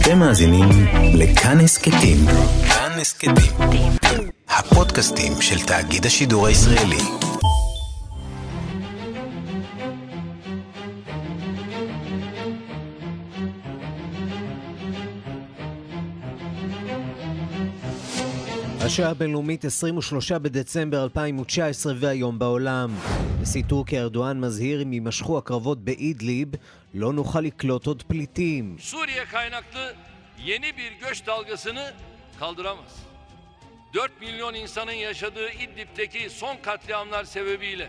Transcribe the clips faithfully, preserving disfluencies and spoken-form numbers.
אתם מאזינים לכאן הסכתים. כאן הסכתים. הפודקאסטים של תאגיד השידור הישראלי. השעה הבינלאומית עשרים ושלושה בדצמבר אלפיים ותשע עשרה והיום בעולם. נשיא טורקיה ארדואן מזהיר אם יימשכו הקרבות באידליב לא נוכל לקלוט עוד פליטים. Suriye kaynaklı yeni bir göç dalgasını kaldıramaz. dört milyon insanın yaşadığı İdlib'teki son katliamlar sebebiyle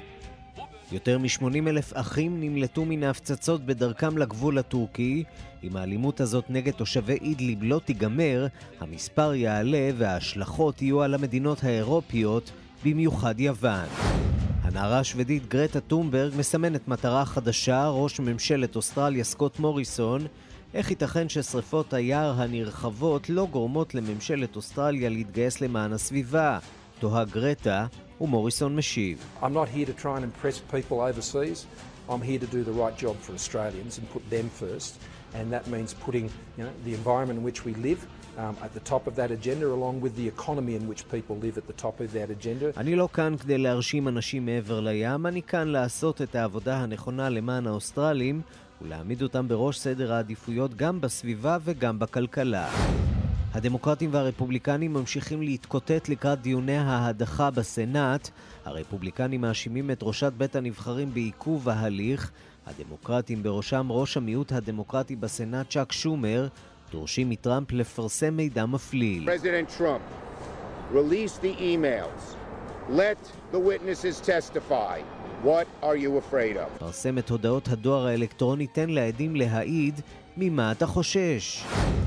יותר מ-שמונים אלף אחים נמלטו מן ההפצצות בדרכם לגבול הטורקי. אם האלימות הזאת נגד תושבי אידליב לא תיגמר, המספר יעלה וההשלכות יהיו על המדינות האירופיות, במיוחד יוון. הנערה השוודית גרטה טומברג מסמנת מטרה חדשה. ראש ממשלת אוסטרליה סקוט מוריסון, איך ייתכן ששריפות היער הנרחבות לא גורמות לממשלת אוסטרליה להתגייס למען הסביבה? תוהה גרטה, ומוריסון משיב. I'm not here to try and impress people overseas. I'm here to do the right job for Australians and put them first. And that means putting, you know, the environment in which we live um, at the top of that agenda, along with the economy in which people live at the top of that agenda. אני לא כאן כדי להרשים אנשים מעבר לים, אני כאן לעשות את העבודה הנכונה למען האוסטרלים, ולהעמיד אותם בראש סדר העדיפויות גם בסביבה וגם בכלכלה. הדמוקרטים והרפובליקנים ממשיכים להתקוטט לקראת דיוני ההדחה בסנאט. הרפובליקנים מאשימים את ראשת בית הנבחרים בעיכוב ההליך. הדמוקרטים, בראשם ראש המיעוט הדמוקרטי בסנאט צ'אק שומר, דורשים מטראמפ לפרסם מידע מפליל. President Trump, release the emails. Let the witnesses testify. What are you afraid of? פרסם את הודעות הדואר האלקטרוני, תן לעדים להעיד. ממה אתה חושש?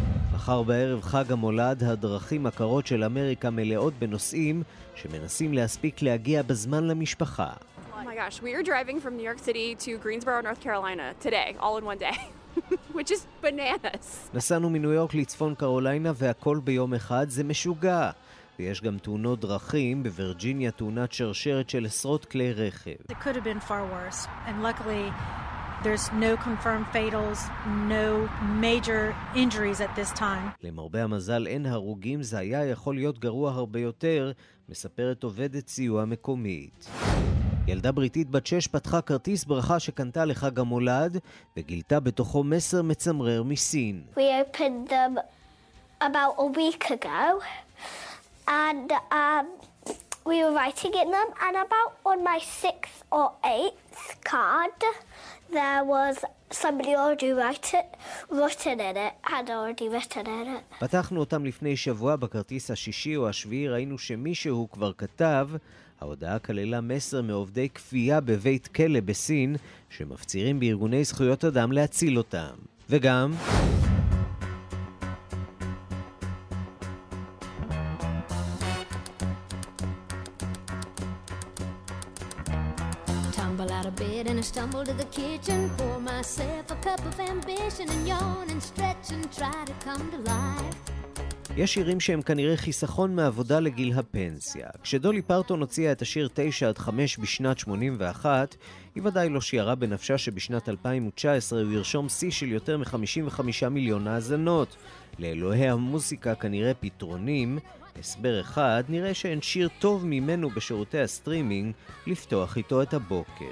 מחר בערב חג המולד, הדרכים הקרות של אמריקה מלאות בנוסעים שמנסים להספיק להגיע בזמן למשפחה. Oh my gosh, we are driving from New York City to Greensboro, North Carolina today, all in one day, which is bananas. נסענו מניו יורק לצפון קרוליינה והכל ביום אחד, זה משוגע. ויש גם תאונות דרכים, בווירג'יניה תאונת שרשרת של עשרות כלי רכב. It could have been far worse, and luckily there's no confirmed fatals, no major injuries at this time. למרבה המזל אין הרוגים, זה היה יכול להיות גרוע הרבה יותר, מספרת עובדת סיוע מקומית. ילדה בריטית בת שש פתחה כרטיס ברכה שקנתה לחג המולד, וגילתה בתוכו מסר מצמרר מסין. We opened them about a week ago, and um, we were writing in them, and about on my sixth or eighth card, there was somebody already write it, written in it, had already written in it. פתחנו אותם לפני שבוע. בכרטיס השישי או השביעי ראינו שמישהו כבר כתב. ההודעה כללה מסר מעובדי כפייה בבית כלא בסין, שמפצירים בארגוני זכויות אדם להציל אותם. וגם Tumble out of bed and I stumble to the kitchen, pour myself a cup of ambition and yawn and stretch and try to come to life. יש שירים שהם כנראה חיסכון מעבודה לגיל הפנסיה. כשדולי פרטון הוציאה את השיר תשע עד חמש בשנת שמונים ואחת, היא ודאי לא שיערה בנפשה שבשנת אלפיים ותשע עשרה הוא ירשום שיא של יותר מ-חמישים וחמישה מיליון האזנות. לאלוהי המוסיקה כנראה פתרונים. הסבר אחד, נראה שאין שיר טוב ממנו בשירותי הסטרימינג לפתוח איתו את הבוקר.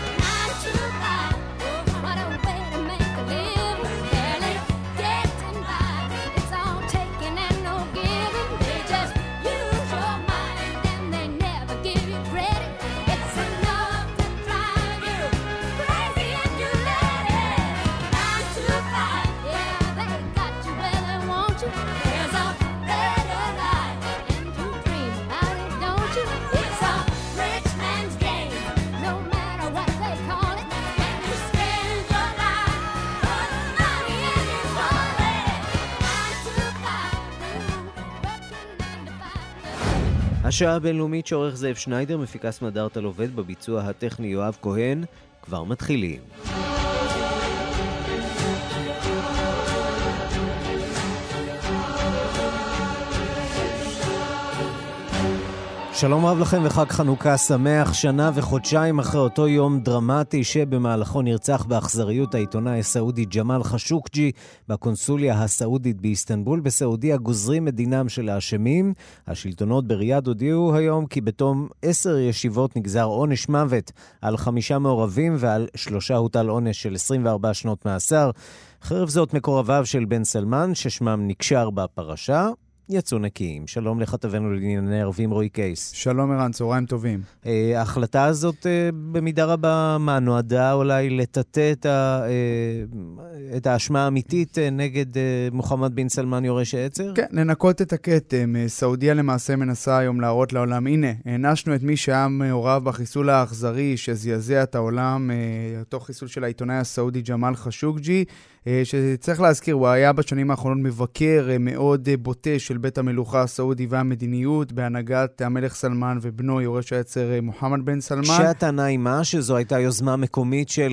השעה הבינלאומית שעורך זאב שניידר, מפיקס מדארטל עובד, בביצוע הטכני יואב כהן. כבר מתחילים. שלום רב לכם וחג חנוכה שמח, שנה וחודשיים אחרי אותו יום דרמטי שבמהלכו נרצח באכזריות העיתונאי הסעודי ג'מאל חשוקג'י בקונסוליה הסעודית באיסטנבול בסעודיה גוזרים את דינם של האשמים. השלטונות בריאד הודיעו היום כי בתום עשר ישיבות נגזר עונש מוות על חמישה מעורבים ועל שלושה הוטל עונש של עשרים וארבע שנות מאסר. חרף זאת מקורביו של בן סלמן ששמם נקשר בפרשה יצאו נקיים. שלום לכתבנו לענייני ערבים רועי קייס. שלום ערן, צהריים טובים. ההחלטה הזאת במידה רבה מה נועדה אולי לטאטא את, ה, את האשמה האמיתית נגד מוחמד בן סלמן יורש העצר? כן, לנקות את הכתם. סעודיה למעשה מנסה היום להראות לעולם, הנה, הענשנו את מי שהיה מעורב בחיסול האכזרי שזעזע את העולם, אותו חיסול של העיתונאי הסעודי ג'מאל חשוקג'י, שצריך להזכיר, הוא היה בשנים האחרונות מבקר מאוד בוטה של בית המלוכה הסעודי והמדיניות, בהנהגת המלך סלמן ובנו יורש העצר מוחמד בן סלמן. שהטענה היא מה? שזו הייתה יוזמה מקומית של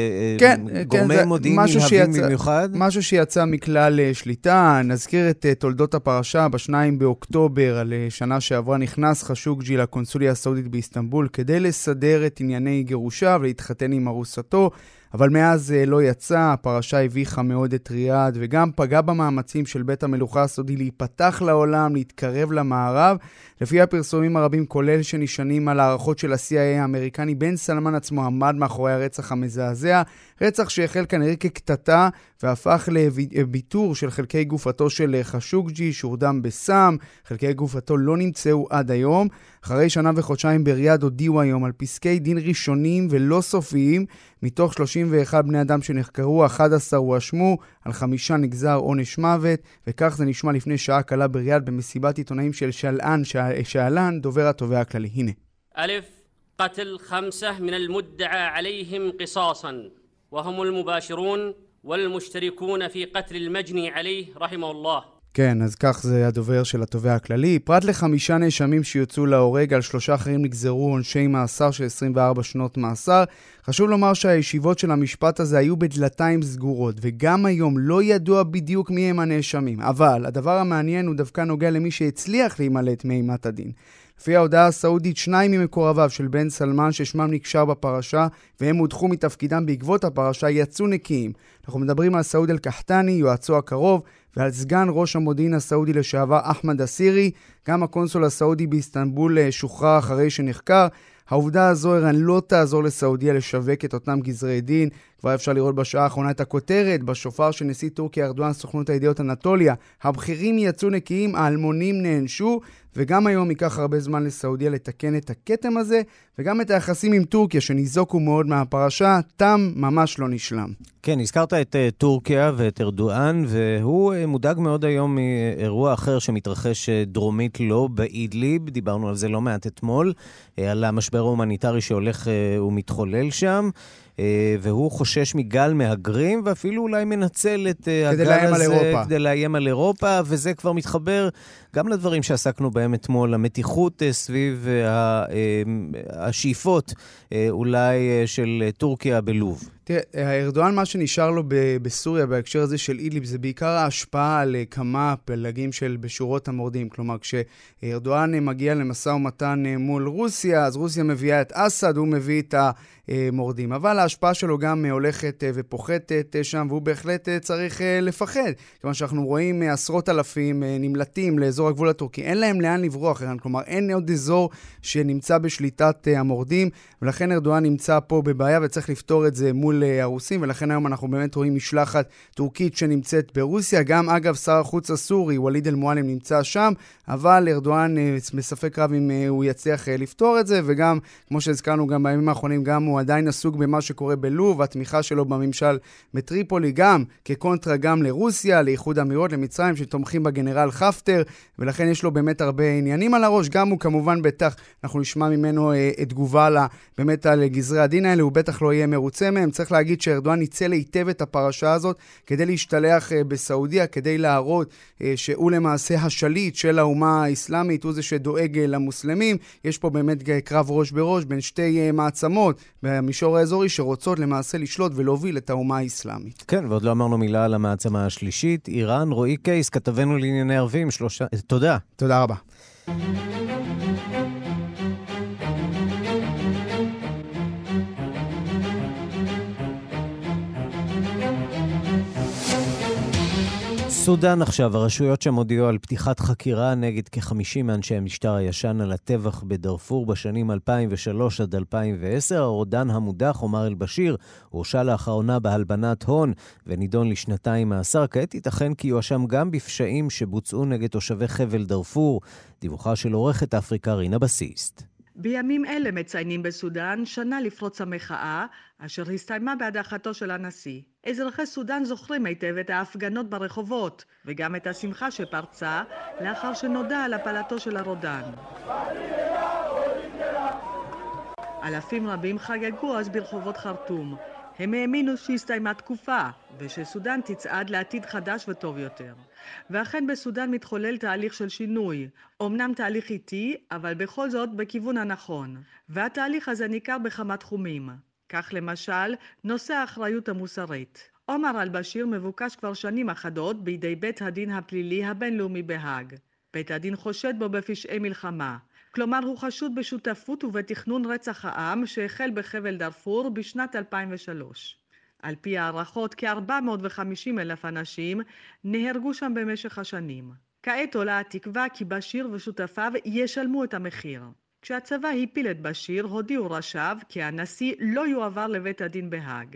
כן, גורמי כן, מודיעין נלהבים במיוחד? משהו שיצא מכלל שליטה. נזכיר את תולדות הפרשה. בשניים באוקטובר על שנה שעברה נכנס חשוקג'י לקונסוליה הסעודית באיסטנבול כדי לסדר את ענייני גירושה ולהתחתן עם ארוסתו. אבל מאז לא יצא, הפרשה הביכה מאוד את ריאד, וגם פגע במאמצים של בית המלוכה הסעודי להיפתח לעולם, להתקרב למערב. לפי הפרסומים הרבים, כולל שנשענים על הערכות של ה-סי איי איי האמריקני, בן סלמן עצמו עמד מאחורי הרצח המזעזע, רצח שהחל כנראה כקטטה, והפך לביטור של חלקי גופתו של חשוקג'י, שהורדם בסם. חלקי גופתו לא נמצאו עד היום. אחרי שנה וחודשיים בריאד הודיעו היום על פסקי דין ראשונים ולא סופיים. מתוך שלושים ואחד בני אדם שנחקרו, אחד עשר הואשמו, על חמישה נגזר עונש מוות, וכך זה נשמע לפני שעה קלה בריאד במסיבת עיתונאים של שלען, שעלן, דובר התובע הכללי. הנה. א', قتل خمسة من المدعى عليهم قصاصا وهم المباشرون والمشتركون في قتل المجني عليه رحمه الله. כן, אז כך זה הדובר של התובע הכללי. פרט לחמישה נאשמים שיוצאו להורג, על שלושה אחרים נגזרו עונשי מאסר של עשרים וארבע שנות מאסר. חשוב לומר שהישיבות של המשפט הזה היו בדלתיים סגורות, וגם היום לא ידוע בדיוק מי הם הנאשמים. אבל הדבר המעניין הוא דווקא נוגע למי שהצליח להימלט מאימת הדין. לפי ההודעה הסעודית, שניים ממקורביו של בן סלמן ששמם נקשר בפרשה, והם הודחו מתפקידם בעקבות הפרשה, יצאו נקיים. אנחנו מדברים על סעוד אל-קחטני, יועצו הקרוב, ועל סגן ראש המודיעין הסעודי לשעבר אחמד אסירי. גם הקונסול הסעודי באיסטנבול שוחרר אחרי שנחקר. העובדה הזו ערן לא תעזור לסעודיה לשווק את אותם גזרי דין. כבר אפשר לראות בשעה האחרונה את הכותרת בשופר של נשיא טורקיה ארדואן, סוכנות הידיעות אנטוליה. הבכירים יצאו נקיים, האלמונים נענשו, וגם היום ייקח הרבה זמן לסעודיה לתקן את הכתם הזה, וגם את היחסים עם טורקיה שניזוקו מאוד מהפרשה, תם ממש לא נשלם. כן, הזכרת את uh, טורקיה ואת ארדואן, והוא uh, מודאג מאוד היום מאירוע אחר שמתרחש uh, דרומית לו באידליב, דיברנו על זה לא מעט אתמול, uh, על המשבר ההומניטרי שהולך uh, ומתחולל שם, uh, והוא חושש מגל מהגרים, ואפילו אולי מנצל את uh, הגל הזה כדי לאיים על אירופה, וזה כבר מתחבר גם לדברים שעסקנו בהם אתמול, המתיחות uh, סביב uh, השאיפות uh, אולי uh, של uh, טורקיה בלוב. תראה, ארדואן, מה שנשאר לו בסוריה בהקשר הזה של אידליב, זה בעיקר ההשפעה על כמה פלגים של בשורות המורדים. כלומר, כשארדואן מגיע למשא ומתן מול רוסיה, אז רוסיה מביאה את אסד, הוא מביא את המורדים. אבל ההשפעה שלו גם הולכת ופוחתת שם, והוא בהחלט צריך לפחד. כלומר, שאנחנו רואים עשרות אלפים נמלטים לאזור הגבול הטורקי. אין להם לאן לברוח, כלומר, אין עוד אזור שנמצא בשליטת המורדים, ולכן ארדואן נמצא פה בבעיה וצריך לפתור את זה מול הרוסים, ולכן היום אנחנו באמת רואים משלחת טורקית שנמצאת ברוסיה. גם אגב שר החוץ הסורי וליד אל-מועלם נמצא שם, אבל ארדואן מספק רב אם הוא יצליח לפתור את זה, וגם כמו שהזכרנו גם בימים האחרונים, גם הוא עדיין עסוק במה שקורה בלוב, התמיכה שלו בממשל בטריפולי, גם כקונטרה גם לרוסיה, לאיחוד האמירויות, למצרים שתומכים בגנרל חפטר, ולכן יש לו באמת הרבה עניינים על הראש. גם הוא כמובן בטח, אנחנו נשמע ממנו את תגובה לה, באמת על גזרי הדין האלה, הוא בטח לא יהיה מרוצה מהם. צריך להגיד שארדואן ניצל היטב את הפרשה הזאת כדי להשתלח בסעודיה, כדי להראות שהוא למעשה השליט של האומה האסלאמית, הוא זה שדואג למוסלמים. יש פה באמת קרב ראש בראש בין שתי מעצמות במישור האזורי שרוצות למעשה לשלוט ולהוביל את האומה האסלאמית. כן, ועוד לא אמרנו מילה על המעצמה השלישית, איראן. רועי קייס, כתבנו לענייני ערבים, שלושה... תודה. תודה רבה. סודן עכשיו, הרשויות שם הודיעו על פתיחת חקירה נגד כ-חמישים מאנשי המשטר הישן על הטבח בדארפור בשנים אלפיים ושלוש עד אלפיים ועשר. הרודן המודח עומר אל-בשיר הורשע לאחרונה בהלבנת הון ונידון לשנתיים מאסר. כעת ייתכן כי יואשם גם בפשעים שבוצעו נגד תושבי חבל דארפור. דיווחה של עורכת אפריקה רינה בסיסט. בימים אלה מציינים בסודן שנה לפרוץ המחאה, אשר הסתיימה בהדחתו של הנשיא. אזרחי סודן זוכרים היטב את ההפגנות ברחובות, וגם את השמחה שפרצה לאחר שנודע על הפלתו של הרודן. אלפים רבים חגגו אז ברחובות חרטום. הם האמינו שהסתיימה תקופה, ושסודן תצעד לעתיד חדש וטוב יותר. ואכן בסודן מתחולל תהליך של שינוי. אמנם תהליך איטי, אבל בכל זאת בכיוון הנכון. והתהליך הזה ניכר בכמה תחומים. כך למשל, נושא האחריות המוסרית. עומר אל-בשיר מבוקש כבר שנים אחדות בידי בית הדין הפלילי הבינלאומי בהאג. בית הדין חושד בו בפשעי מלחמה. כלומר, הוא חשוד בשותפות ובתכנון רצח העם שהחל בחבל דארפור בשנת אלפיים ושלוש. על פי הערכות, כ-ארבע מאות וחמישים אלף אנשים נהרגו שם במשך השנים. כעת עולה התקווה כי בשיר ושותפיו ישלמו את המחיר. כשהצבא הפיל את בשיר, הודיעו ראשיו כי הנשיא לא יועבר לבית הדין בהאג.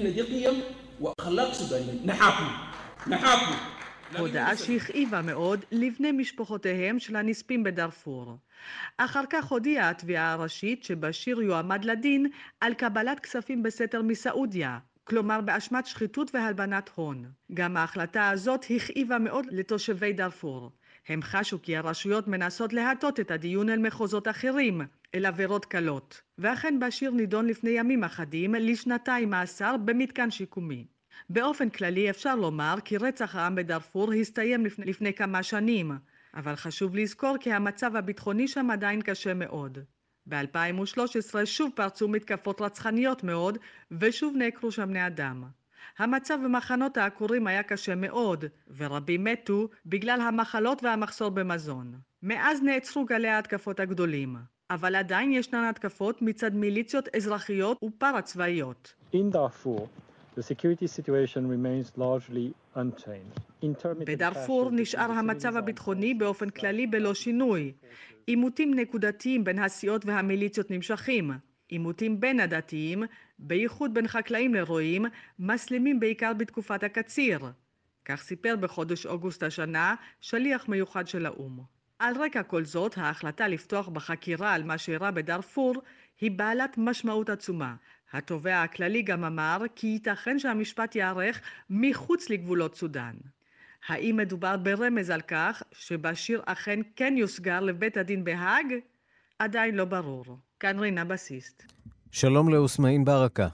הודעה שהכאיבה מאוד לבני משפחותיהם של הנספים בדארפור. אחר כך הודיעה התביעה הראשית שבשיר יועמד לדין על קבלת כספים בסתר מסעודיה, כלומר באשמת שחיתות והלבנת הון. גם ההחלטה הזאת הכאיבה מאוד לתושבי דארפור. הם חשו כי הרשויות מנסות להטות את הדיון אל מחוזות אחרים, אל עבירות קלות. ואכן בשיר נידון לפני ימים אחדים לשנתיים מאסר במתקן שיקומי. באופן כללי אפשר לומר כי רצח העם בדארפור הסתיים לפני, לפני כמה שנים, אבל חשוב לזכור כי המצב הביטחוני שם עדיין קשה מאוד. ב-אלפיים ושלוש עשרה שוב פרצו מתקפות רצחניות מאוד, ושוב נעקרו שם בני אדם. המצב במחנות העקורים היה קשה מאוד, ורבים מתו בגלל המחלות והמחסור במזון. מאז נעצרו גלי ההתקפות הגדולים, אבל עדיין ישנן התקפות מצד מיליציות אזרחיות ופרה-צבאיות. In Darfur, the security situation remains largely unchanged. בדארפור נשאר המצב הביטחוני באופן כללי בלא שינוי. עימותים נקודתיים בין הסיעות והמיליציות נמשכים. עימותים בין הדתיים, בייחוד בין חקלאים לרועים, מסלימים בעיקר בתקופת הקציר. כך סיפר בחודש אוגוסט השנה שליח מיוחד של האו"ם. על רקע כל זאת, ההחלטה לפתוח בחקירה על מה שאירע בדארפור היא בעלת משמעות עצומה. התובע הכללי גם אמר כי ייתכן שהמשפט יערך מחוץ לגבולות סודן. האם מדובר ברמז על כך שבשיר אכן כן יוסגר לבית הדין בהאג? עדיין לא ברור. כאן רינה בסיסט. שלום לאוסמאין ברקה.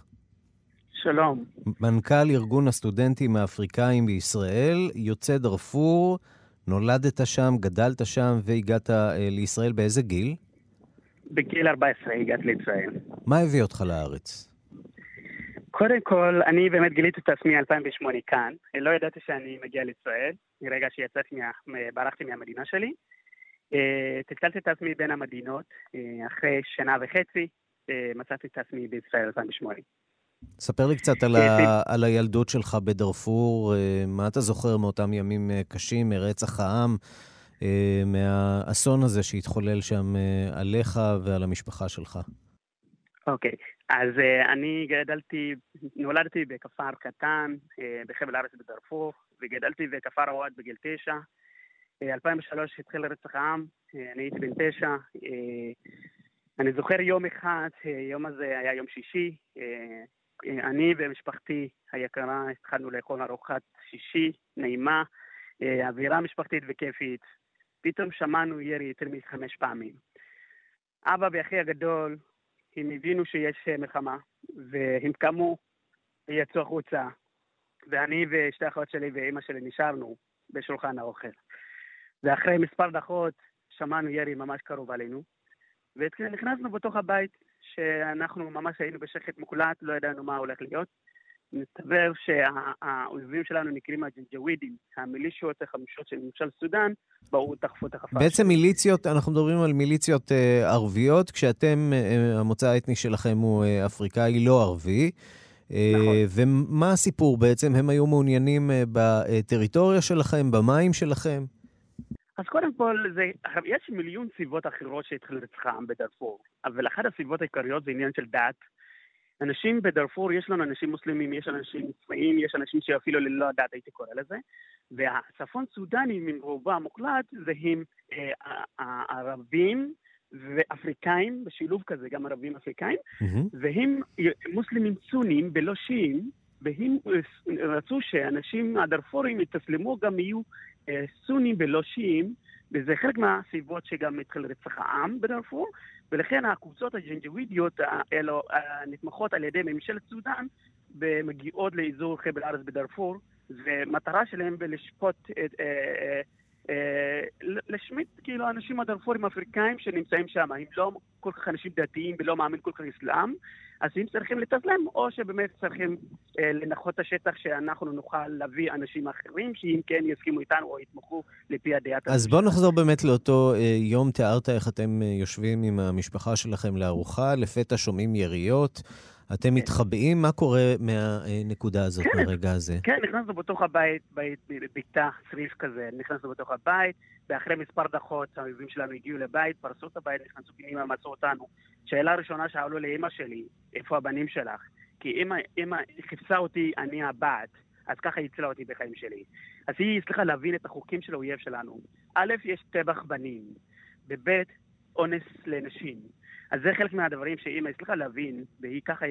שלום. מנכ"ל ארגון הסטודנטים האפריקאים בישראל, יוצא דארפור, נולדת שם, גדלת שם והגעת לישראל באיזה גיל? בגיל ארבע עשרה הגעתי לישראל. מה הביא אותך לארץ? קודם כל, אני באמת גיליתי את עצמי אלפיים ושמונה כאן. לא ידעתי שאני מגיע לישראל, מרגע שיצאתי, ברחתי מהמדינה שלי. תתקלתי את עצמי בין המדינות, אחרי שנה וחצי, מצאתי את עצמי בישראל אלפיים ושמונה. ספר לי קצת על, ה... על הילדות שלך בדארפור, מה אתה זוכר מאותם ימים קשים, מרצח העם, מהאסון הזה שהתחולל שם עליך ועל המשפחה שלך? אוקיי, אז אני גדלתי, נולדתי בכפר קטן, בחבל הארץ בדארפור, וגדלתי בכפר עווד בגיל תשע. אלפיים ושלוש התחיל רצח העם, אני הייתי בן תשע. אני זוכר יום אחד, יום הזה היה יום שישי, אני ומשפחתי היקרה התחלנו לאכול ארוחת שישי, נעימה, אווירה משפחתית וכיפית. פתאום שמענו ירי יותר מחמש פעמים. אבא ואחי הגדול, הם הבינו שיש מלחמה, והם קמו ויצאו החוצה. ואני ושתי האחיות שלי ואמא שלי נשארנו בשולחן האוכל. ואחרי מספר דקות שמענו ירי ממש קרוב עלינו, ונכנסנו בתוך הבית שאנחנו ממש היינו בשקט מוחלט, לא ידענו מה הולך להיות. נסתבר שהאויבים שלנו נקראים הג'נג'ווידים, המיליציות החמושות של ממשל סודן, באו תחפו תחפה. בעצם מיליציות, אנחנו מדברים על מיליציות ערביות, כשאתם, המוצא האתני שלכם הוא אפריקאי לא ערבי, נכון. ומה הסיפור בעצם? הם היו מעוניינים בטריטוריה שלכם, במים שלכם? אז קודם כל, זה, יש מיליון סיבות אחרות שהתחיל רצחם בדארפור, אבל אחת הסיבות העיקריות זה עניין של דת. אנשים בדארפור, יש לנו אנשים מוסלמים, יש אנשים צבאיים, יש אנשים שאפילו ללא דת הייתי קורא לזה, והצפון סודנים עם רובם המוחלט זה הם אה, ערבים ואפריקאים, בשילוב כזה גם ערבים אפריקאים, mm-hmm. והם מוסלמים סונים בלא שיעים, והם רצו שאנשים הדארפורים יתסלמו גם יהיו אה, סונים בלא שיעים, וזה חלק מהסיבות שגם התחיל רצח העם בדארפור, ולכן הקבוצות הג'נג'ווידיות האלו נתמכות על ידי ממשלת סודן ומגיעות לאזור חבל הארץ בדארפור, ומטרה שלהם בלשפוט את... אה, אה, לשמיט כאילו אנשים הדארפורים אפריקאים שנמצאים שם, הם לא כל כך אנשים דתיים ולא מאמין כל כך אסלאם, אז הם צריכים לתזלם, או שבאמת צריכים אה, לנחות את השטח שאנחנו נוכל להביא אנשים אחרים, שאם כן יסכימו איתנו או יתמכו לפי הדעת. אז בואו נחזור באמת לאותו אה, יום, תיארת איך אתם אה, יושבים עם המשפחה שלכם לארוחה, לפתע שומעים יריות, אתם כן. מתחבאים, מה קורה מהנקודה הזאת, כן. מהרגע הזה? כן, נכנסנו בתוך הבית, בית, ביתה, צריף כזה, נכנסנו בתוך הבית, ואחרי מספר דקות האויבים שלנו הגיעו לבית, פרסו את הבית, נכנסו פנימה, מצאו אותנו. שאלה הראשונה שאלו לאמא שלי, איפה הבנים שלך? כי אמא, אמא חיפשה אותי, אני הבת, אז ככה היא הצילה אותי בחיים שלי. אז היא הצליחה להבין את החוקים של האויב שלנו. א', יש טבח בנים, בבית, אונס לנשים. אז זה חלק מהדברים שאמא הצליחה להבין, והיא ככה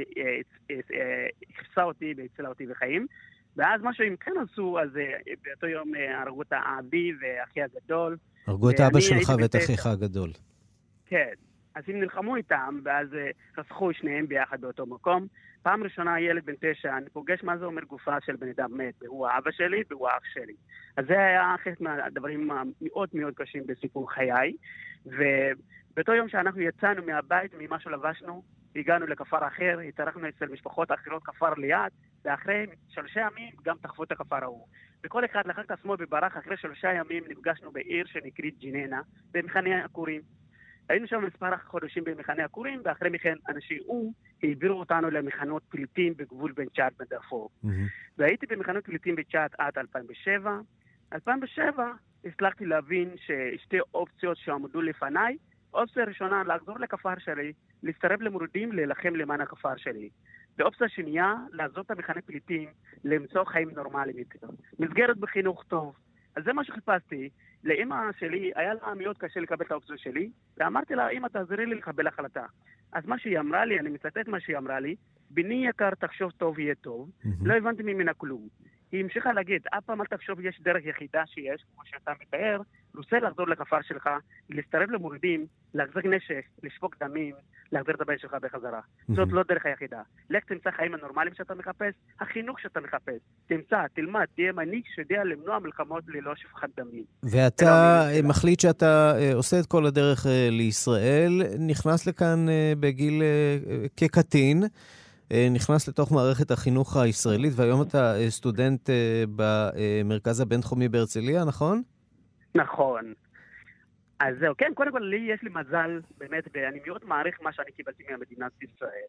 חיפשה אותי והצילה אותי בחיים. ואז מה שהם כן עשו, אז באותו יום הרגו את האבי ואחי הגדול. הרגו את אבא שלך ואת אחיך הגדול. כן. אז הם נלחמו איתם, ואז רצחו שניהם ביחד באותו מקום. פעם ראשונה ילד בן תשע, אני פוגש מה זה אומר גופה של בן אדם מת, והוא האבא שלי והוא האח שלי. אז זה היה אחד מהדברים המאוד מאוד קשים בסיפור חיי. ובאותו יום שאנחנו יצאנו מהבית, ממה שלבשנו, הגענו לכפר אחר, התארחנו אצל משפחות אחרות כפר ליד, ואחרי שלושה ימים גם תחפו את הכפר ההוא. וכל אחד לקח את עצמו בברח, אחרי שלושה ימים נפגשנו בעיר שנקראת ג'יננה, במחנה הכורים. היינו שם מספר חודשים במחנה הכורים, ואחרי מכן אנשי אום העבירו אותנו למחנות פליטים בגבול בין צ'אד בדארפור. Mm-hmm. והייתי במחנות פליטים בצ'אד עד אלפיים ושבע. אלפיים ושבע הצלחתי להבין ששתי אופציות שעמדו לפניי. אופציה ראשונה, לחזור לכפר שלי, להצטרף למורדים, להילחם למען הכפר שלי. ואופציה שנייה, לעזוב את המחנה פליטים, למצוא חיים נורמליים יותר. מסגרת בחינוך טוב. אז זה מה שחיפשתי. לאמא שלי היה לה מאוד קשה לקבל את האופציה שלי, ואמרתי לה, אמא תעזרי לי לקבל החלטה. אז מה שהיא אמרה לי, אני מצטט מה שהיא אמרה לי, בני יקר תחשוב טוב יהיה טוב, mm-hmm. לא הבנתי ממנה כלום. היא המשיכה להגיד, אף פעם אל תחשוב יש דרך יחידה שיש, כמו שאתה מתאר, רוצה לחזור לכפר שלך, להצטרף למורדים, להחזיק נשק, לשפוק דמים, להחזיר את הבית שלך בחזרה. Mm-hmm. זאת לא דרך היחידה. לך תמצא חיים הנורמליים שאתה מחפש, החינוך שאתה מחפש. תמצא, תלמד, תהיה מנהיג שיודע למנוע מלחמות ללא שפכת דמים. ואתה מחליט שאתה עושה את כל הדרך לישראל, נכנס לכאן בגיל כקטין, נכנס לתוך מערכת החינוך הישראלית, והיום אתה סטודנט במרכז הבינתחומי בהרצליה, נכון? נכון. אז זהו, כן, קודם כל, לי יש לי מזל, באמת, ואני מאוד מעריך מה שאני קיבלתי מהמדינת ישראל.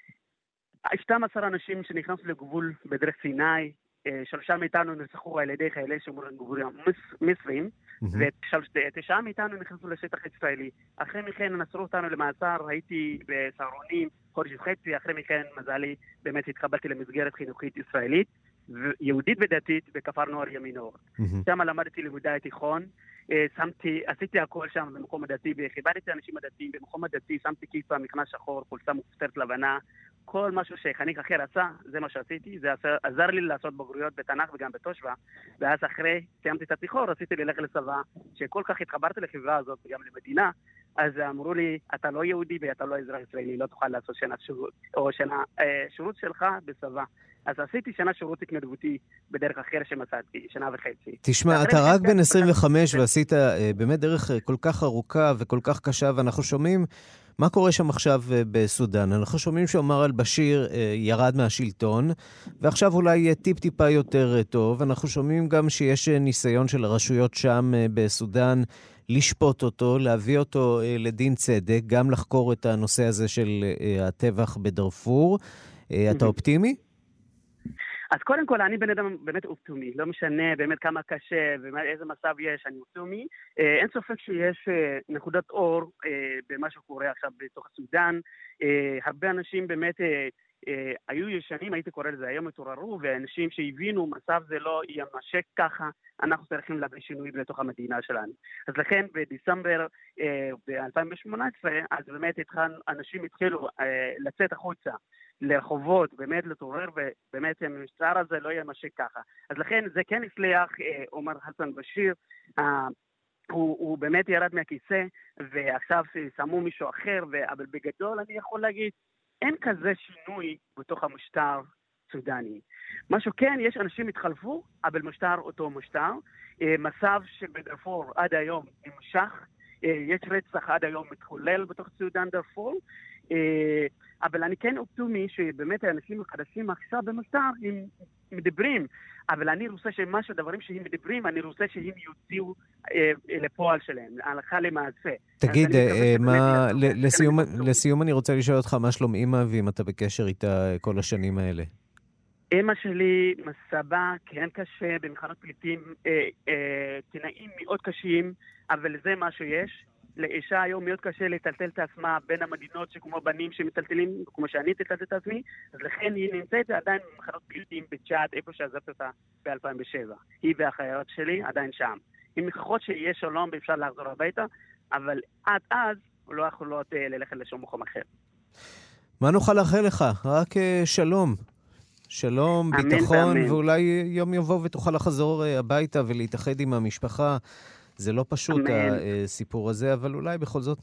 שתים עשרה אנשים שנכנסו לגבול בדרך סיני, שלושה מאיתנו נרצחו על ידי חיילי שומרון גבולים מצריים, ותשעה מאיתנו נכנסו לשטח ישראלי. אחרי מכן נסרו אותנו למעצר, הייתי בסהרונים, חודש וחצי, אחרי מכן מזלי, באמת התקבלתי למסגרת חינוכית ישראלית, יהודית ודתית בכפר נוער ימינור. שם למדתי לימודי תיכון, שמתי, עשיתי הכל שם במקום הדתי, וכיבדתי אנשים הדתיים במקום הדתי, שמתי כיפה, מכנס שחור, חולצה מופתרת לבנה, כל משהו שחניך אחר עשה, זה מה שעשיתי, זה עזר לי לעשות בגרויות בתנ"ך וגם בתושבה, ואז אחרי סיימתי את התיכון, רציתי ללכת לצבא, שכל כך התחברתי לחברה הזאת וגם למדינה, אז אמרו לי, אתה לא יהודי ואתה לא אזרח ישראלי, לא תוכל לעשות שנה שירות, או שנה אה, שירות שלך בצבא. אז עשיתי שנה שירות התנדבותי בדרך אחר שמצאתי, שנה וחצי. תשמע, אתה רק בן עשרים וחמש ועשית באמת דרך כל כך ארוכה וכל כך קשה, ואנחנו שומעים מה קורה שם עכשיו בסודן. אנחנו שומעים שאומר אל-בשיר ירד מהשלטון, ועכשיו אולי יהיה טיפ-טיפה יותר טוב. אנחנו שומעים גם שיש ניסיון של הרשויות שם בסודן לשפוט אותו, להביא אותו לדין צדק, גם לחקור את הנושא הזה של הטבח בדארפור. אתה אופטימי? אז קודם כל, אני בן אדם באמת אופטימי, לא משנה באמת כמה קשה ואיזה מצב יש, אני אופטימי. אה, אין ספק שיש אה, נקודת אור אה, במה שקורה עכשיו בתוך הסודן. אה, הרבה אנשים באמת אה, אה, היו ישנים, הייתי קורא לזה, היום התעוררו, ואנשים שהבינו מצב זה לא יימשך ככה, אנחנו צריכים להביא שינוי בתוך המדינה שלנו. אז לכן בדצמבר אה, ב-אלפיים ושמונה עשרה, אז באמת התחל, אנשים התחילו אה, לצאת החוצה. לרחובות, באמת לתעורר, ובאמת המשטר הזה לא יימשך ככה. אז לכן זה כן הצליח, עומר חסן בשיר, הוא, הוא באמת ירד מהכיסא, ועכשיו שמו מישהו אחר, אבל בגדול אני יכול להגיד, אין כזה שינוי בתוך המשטר סודני. משהו כן, יש אנשים התחלפו, אבל משטר אותו משטר, מצב שבדארפור עד היום נמשך, יש רצח עד היום מתחולל בתוך סודן דארפור, אבל אני כן אופטימי שבאמת האנשים החדשים עכשיו במשטר הם מדברים, אבל אני רוצה שמה שהדברים שהם מדברים, אני רוצה שהם יוציאו אה, לפועל שלהם, הלכה למעשה. תגיד, אה, מה, לסיום, לסיום אני רוצה לשאול אותך מה שלום אמא, ואם אתה בקשר איתה כל השנים האלה. אמא שלי מסבה, כן קשה, במחנות פליטים, אה, אה, תנאים מאוד קשים, אבל זה מה שיש. לאישה היום מאוד קשה לטלטל את עצמה בין המדינות שכמו בנים שמטלטלים, כמו שאני טלטלת את עצמי, אז לכן היא נמצאת עדיין במחנות פליטים בצ'אד, איפה שעזבת אותה ב-אלפיים ושבע. היא והחיירות שלי עדיין שם. עם מכחות שיהיה שלום ואפשר לחזור הביתה, אבל עד אז לא יכולות ללכת לשום מקום אחר. מה נוכל לאחל לך? רק שלום. שלום, ביטחון, ואולי יום יבוא ותוכל לחזור הביתה ולהתאחד עם המשפחה. זה לא פשוט הסיפור הזה, אבל אולי בכל זאת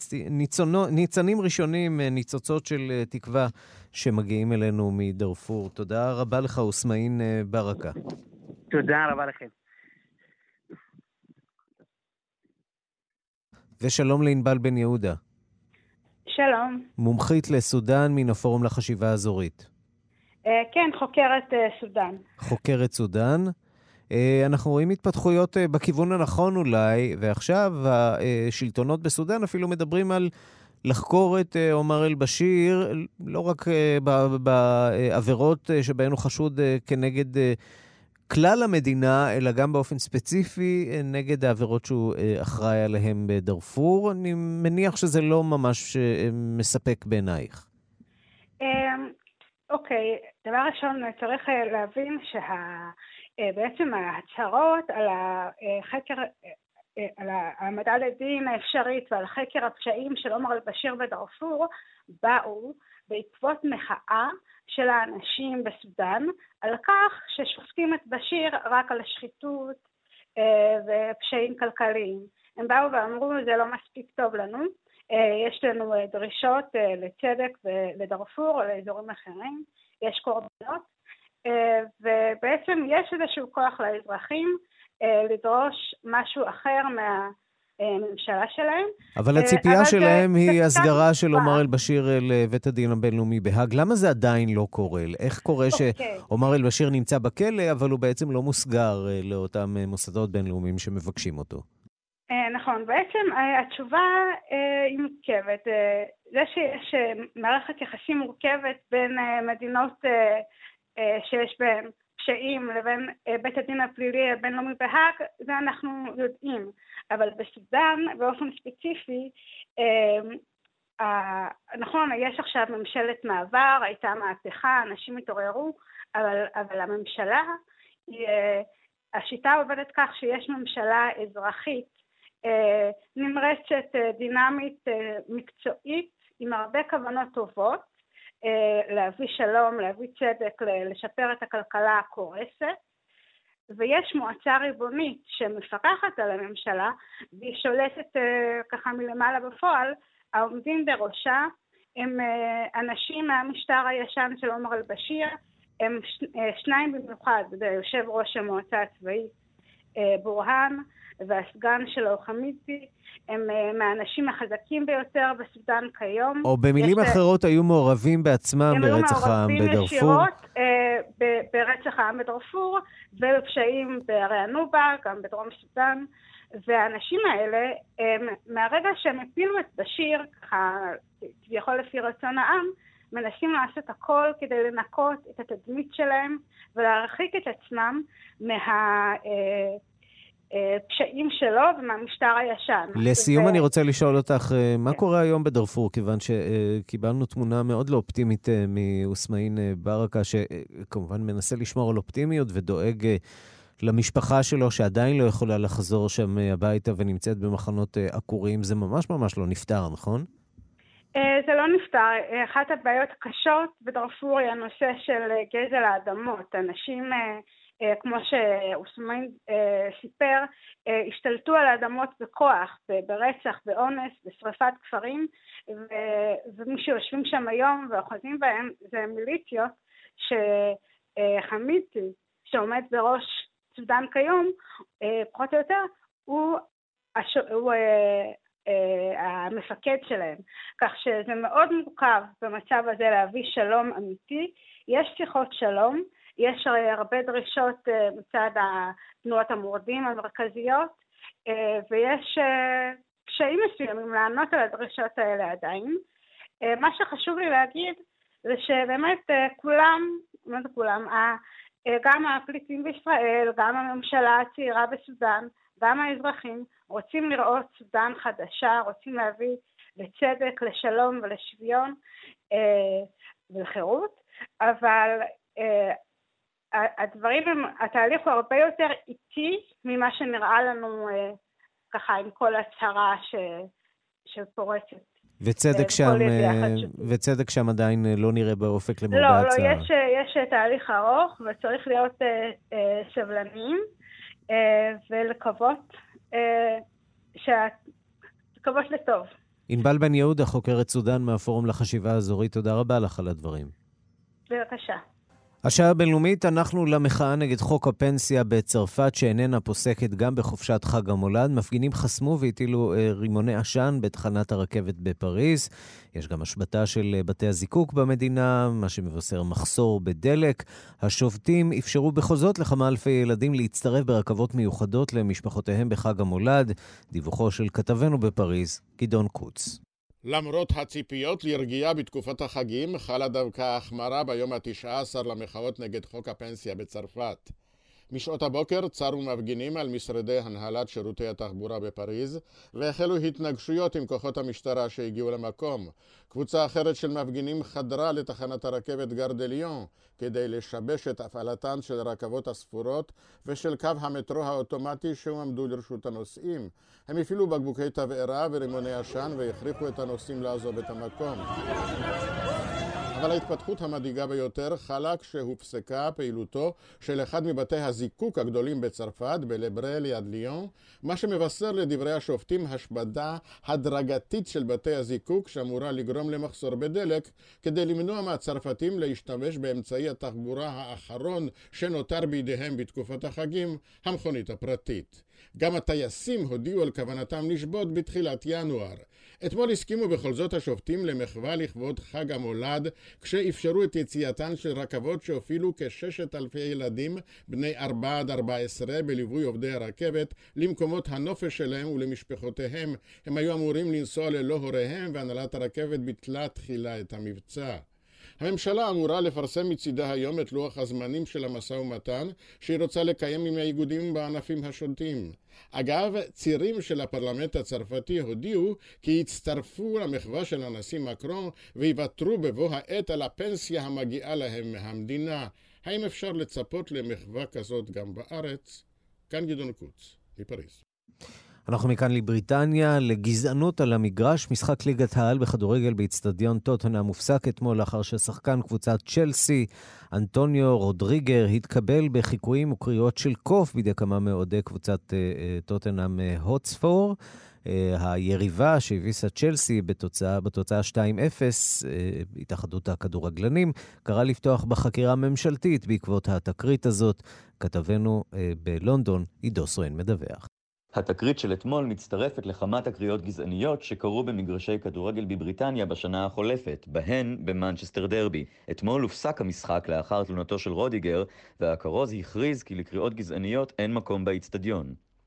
ניצנים ראשונים, ניצוצות של תקווה שמגיעים אלינו מדארפור. תודה רבה לך, אוסמאעין ברכה. תודה רבה לכם. ושלום לענבל בן יהודה. שלום. מומחית לסודן מן הפורום לחשיבה אזורית. כן, חוקרת סודן. חוקרת סודן. אנחנו רואים התפתחויות בכיוון הנכון אולי, ועכשיו השלטונות בסודן אפילו מדברים על לחקור את עומר אל-בשיר, לא רק בעבירות שבהן הוא חשוד כנגד כלל המדינה, אלא גם באופן ספציפי נגד העבירות שהוא אחראי עליהם בדארפור. אני מניח שזה לא ממש מספק בעינייך. אוקיי, דבר ראשון צריך להבין שה... בעצם ההצהרות על החקר, על העמדה לדין האפשרית ועל חקר הפשעים של עומר אל-בשיר בדארפור באו בעקבות מחאה של האנשים בסודן על כך ששופטים את בשיר רק על השחיתות ופשעים כלכליים. הם באו ואמרו זה לא מספיק טוב לנו, יש לנו דרישות לצדק לדארפור או לאזורים אחרים, יש קורבנות, ובעצם יש איזשהו כוח לאזרחים לדרוש משהו אחר מהממשלה שלהם. אבל הציפייה שלהם היא הסגרה של עומר אל-בשיר לבית הדין הבינלאומי בהאג. למה זה עדיין לא קורה? איך קורה שעומר אל-בשיר נמצא בכלא, אבל הוא בעצם לא מוסגר לאותם מוסדות בינלאומיים שמבקשים אותו? נכון, בעצם התשובה היא מורכבת. זה שיש מערכת יחסים מורכבת בין מדינות שיש בהן פשעים לבין בית הדין הפלילי הבינלאומי בהאג, זה אנחנו יודעים. אבל בסודן, באופן ספציפי, נכון, יש עכשיו ממשלת מעבר, הייתה מהפכה, אנשים התעוררו, אבל, אבל הממשלה, השיטה עובדת כך שיש ממשלה אזרחית, נמרצת, דינמית, מקצועית, עם הרבה כוונות טובות, להביא שלום, להביא צדק, לשפר את הכלכלה הקורסת, ויש מועצה ריבונית שמפקחת על הממשלה, והיא שולטת ככה מלמעלה בפועל, העומדים בראשה הם אנשים מהמשטר הישן של עומר אל-בשיר, הם שניים במיוחד, זה יושב ראש המועצה הצבאית בורהאן, והסגן שלו חמידי, הם מהאנשים החזקים ביותר בסודן כיום. או במילים יש... אחרות היו מעורבים בעצמם ברצח העם בדארפור? הם היו מעורבים ישירות אה, ברצח העם בדארפור, ובפשעים בערי הנובה, גם בדרום סודן, והאנשים האלה, הם, מהרגע שהם הפילו את בשיר, ככה, כביכול לפי רצון העם, מנסים לעשות הכל כדי לנקות את התדמית שלהם ולהרחיק את עצמם מהפשעים שלו ומהמשטר הישן. לסיום אני רוצה לשאול אותך, מה קורה היום בדרפור? כיוון שקיבלנו תמונה מאוד לא אופטימית מאוסמאעין ברכה, שכמובן מנסה לשמור על אופטימיות ודואג למשפחה שלו שעדיין לא יכולה לחזור שם הביתה ונמצאת במחנות עקורים. זה ממש ממש לא נפתר, נכון? זה לא נפתר. אחת הבעיות הקשות בדרפור היא הנושא של גזל האדמות. אנשים, כמו שאוסמאעין סיפר, השתלטו על האדמות בכוח, ברצח, באונס, בשריפת כפרים, ומי שיושבים שם היום ואוחזים בהם זה מיליציות שחמיתי, שעומד בראש סודן כיום, פחות או יותר, הוא, הש... הוא המפקד שלהם. כך שזה מאוד מורכב במצב הזה להביא שלום אמיתי. יש שיחות שלום, יש הרבה דרישות מצד תנועות המורדים המרכזיות, ויש קשיים מסוימים לענות על הדרישות האלה עדיין. מה שחשוב לי להגיד זה שבאמת כולם, מה זה כולם, גם הפליטים בישראל, גם הממשלה הצעירה בסודן, גם האזרחים רוצים לראות סודן חדשה, רוצים להביא לצדק, לשלום ולשוויון אה, ולחירות, אבל אה, הדברים, התהליך הוא הרבה יותר איטי ממה שנראה לנו אה, ככה עם כל הצהרה ש, שפורצת. וצדק שם, וצדק שם עדיין לא נראה באופק למרבה לא, הצער. לא, יש, יש תהליך ארוך וצריך להיות אה, אה, סבלניים אה, ולקוות אה, לקוות לטוב. ענבל בן יהודה, חוקרת סודן מהפורום לחשיבה האזורית, תודה רבה לך על הדברים. בבקשה. השעה הבינלאומית, אנחנו למחאה נגד חוק הפנסיה בצרפת שאיננה פוסקת גם בחופשת חג המולד. מפגינים חסמו והטילו אה, רימוני עשן בתחנת הרכבת בפריז. יש גם השבתה של בתי הזיקוק במדינה, מה שמבשר מחסור בדלק. השובתים אפשרו בכל זאת לכמה אלפי ילדים להצטרף ברכבות מיוחדות למשפחותיהם בחג המולד. דיווחו של כתבנו בפריז, גדעון קוץ. למרות הציפיות לרגיעה בתקופת החגים, חלה דווקא החמרה ביום ה-תשע עשרה למחאות נגד חוק הפנסיה בצרפת. משעות הבוקר צרו מפגינים על משרדי הנהלת שירותי התחבורה בפריז, והחלו התנגשויות עם כוחות המשטרה שהגיעו למקום. קבוצה אחרת של מפגינים חדרה לתחנת הרכבת גאר דה ליון, כדי לשבש את הפעלתן של רכבות הספורות ושל קו המטרו האוטומטי שהועמדו לרשות הנוסעים. הם הפעילו בקבוקי תבערה ורימוני עשן והכריחו את הנוסעים לעזוב את המקום. אבל ההתפתחות המדאיגה ביותר חלה כשהופסקה פעילותו של אחד מבתי הזיקוק הגדולים בצרפת, בלברה ליד ליון, מה שמבשר לדברי השופטים השבתה הדרגתית של בתי הזיקוק שאמורה לגרום למחסור בדלק, כדי למנוע מהצרפתים להשתמש באמצעי התחבורה האחרון שנותר בידיהם בתקופת החגים, המכונית הפרטית. גם הטייסים הודיעו על כוונתם לשבות בתחילת ינואר. אתמול הסכימו בכל זאת השופטים למחווה לכבוד חג המולד, כשאפשרו את יציאתן של רכבות שהופעלו כששת אלפי ילדים בני ארבע עד ארבע עשרה בליווי עובדי הרכבת למקומות הנופש שלהם ולמשפחותיהם. הם היו אמורים לנסוע ללא הוריהם, והנהלת הרכבת ביטלה תחילה את המבצע. הממשלה אמורה לפרסם מצידה היום את לוח הזמנים של המשא ומתן שהיא רוצה לקיים עם האיגודים בענפים השונים. אגב, צירים של הפרלמנט הצרפתי הודיעו כי יצטרפו למחווה של הנשיא מקרון ויוותרו בבוא העת על הפנסיה המגיעה להם מהמדינה. האם אפשר לצפות למחווה כזאת גם בארץ? כאן גדעון קוץ, מפריז. אנחנו מכאן לבריטניה, לגזענות על המגרש. משחק ליגת העל בכדורגל באצטדיון טוטנהאם מופסק אתמול לאחר ששחקן קבוצת צ'לסי, אנטוניו רודריגר, התקבל בחיקויים וקריאות של קוף בידי כמה מאוהדי קבוצת טוטנהאם הוטספור. היריבה שהביסה צ'לסי בתוצאה, בתוצאה שתיים אפס, התאחדות הכדורגלנים, קרא לפתוח בחקירה ממשלתית בעקבות התקרית הזאת. כתבנו בלונדון, עידו סואן מדווח. התקרית של אתמול מצטרפת לכמה תקריות גזעניות שקרו במגרשי כדורגל בבריטניה בשנה החולפת, בהן במנצ'סטר דרבי. אתמול הופסק המשחק לאחר תלונתו של רודיגר, והכרוז הכריז כי לקריאות גזעניות אין מקום באצטדיון.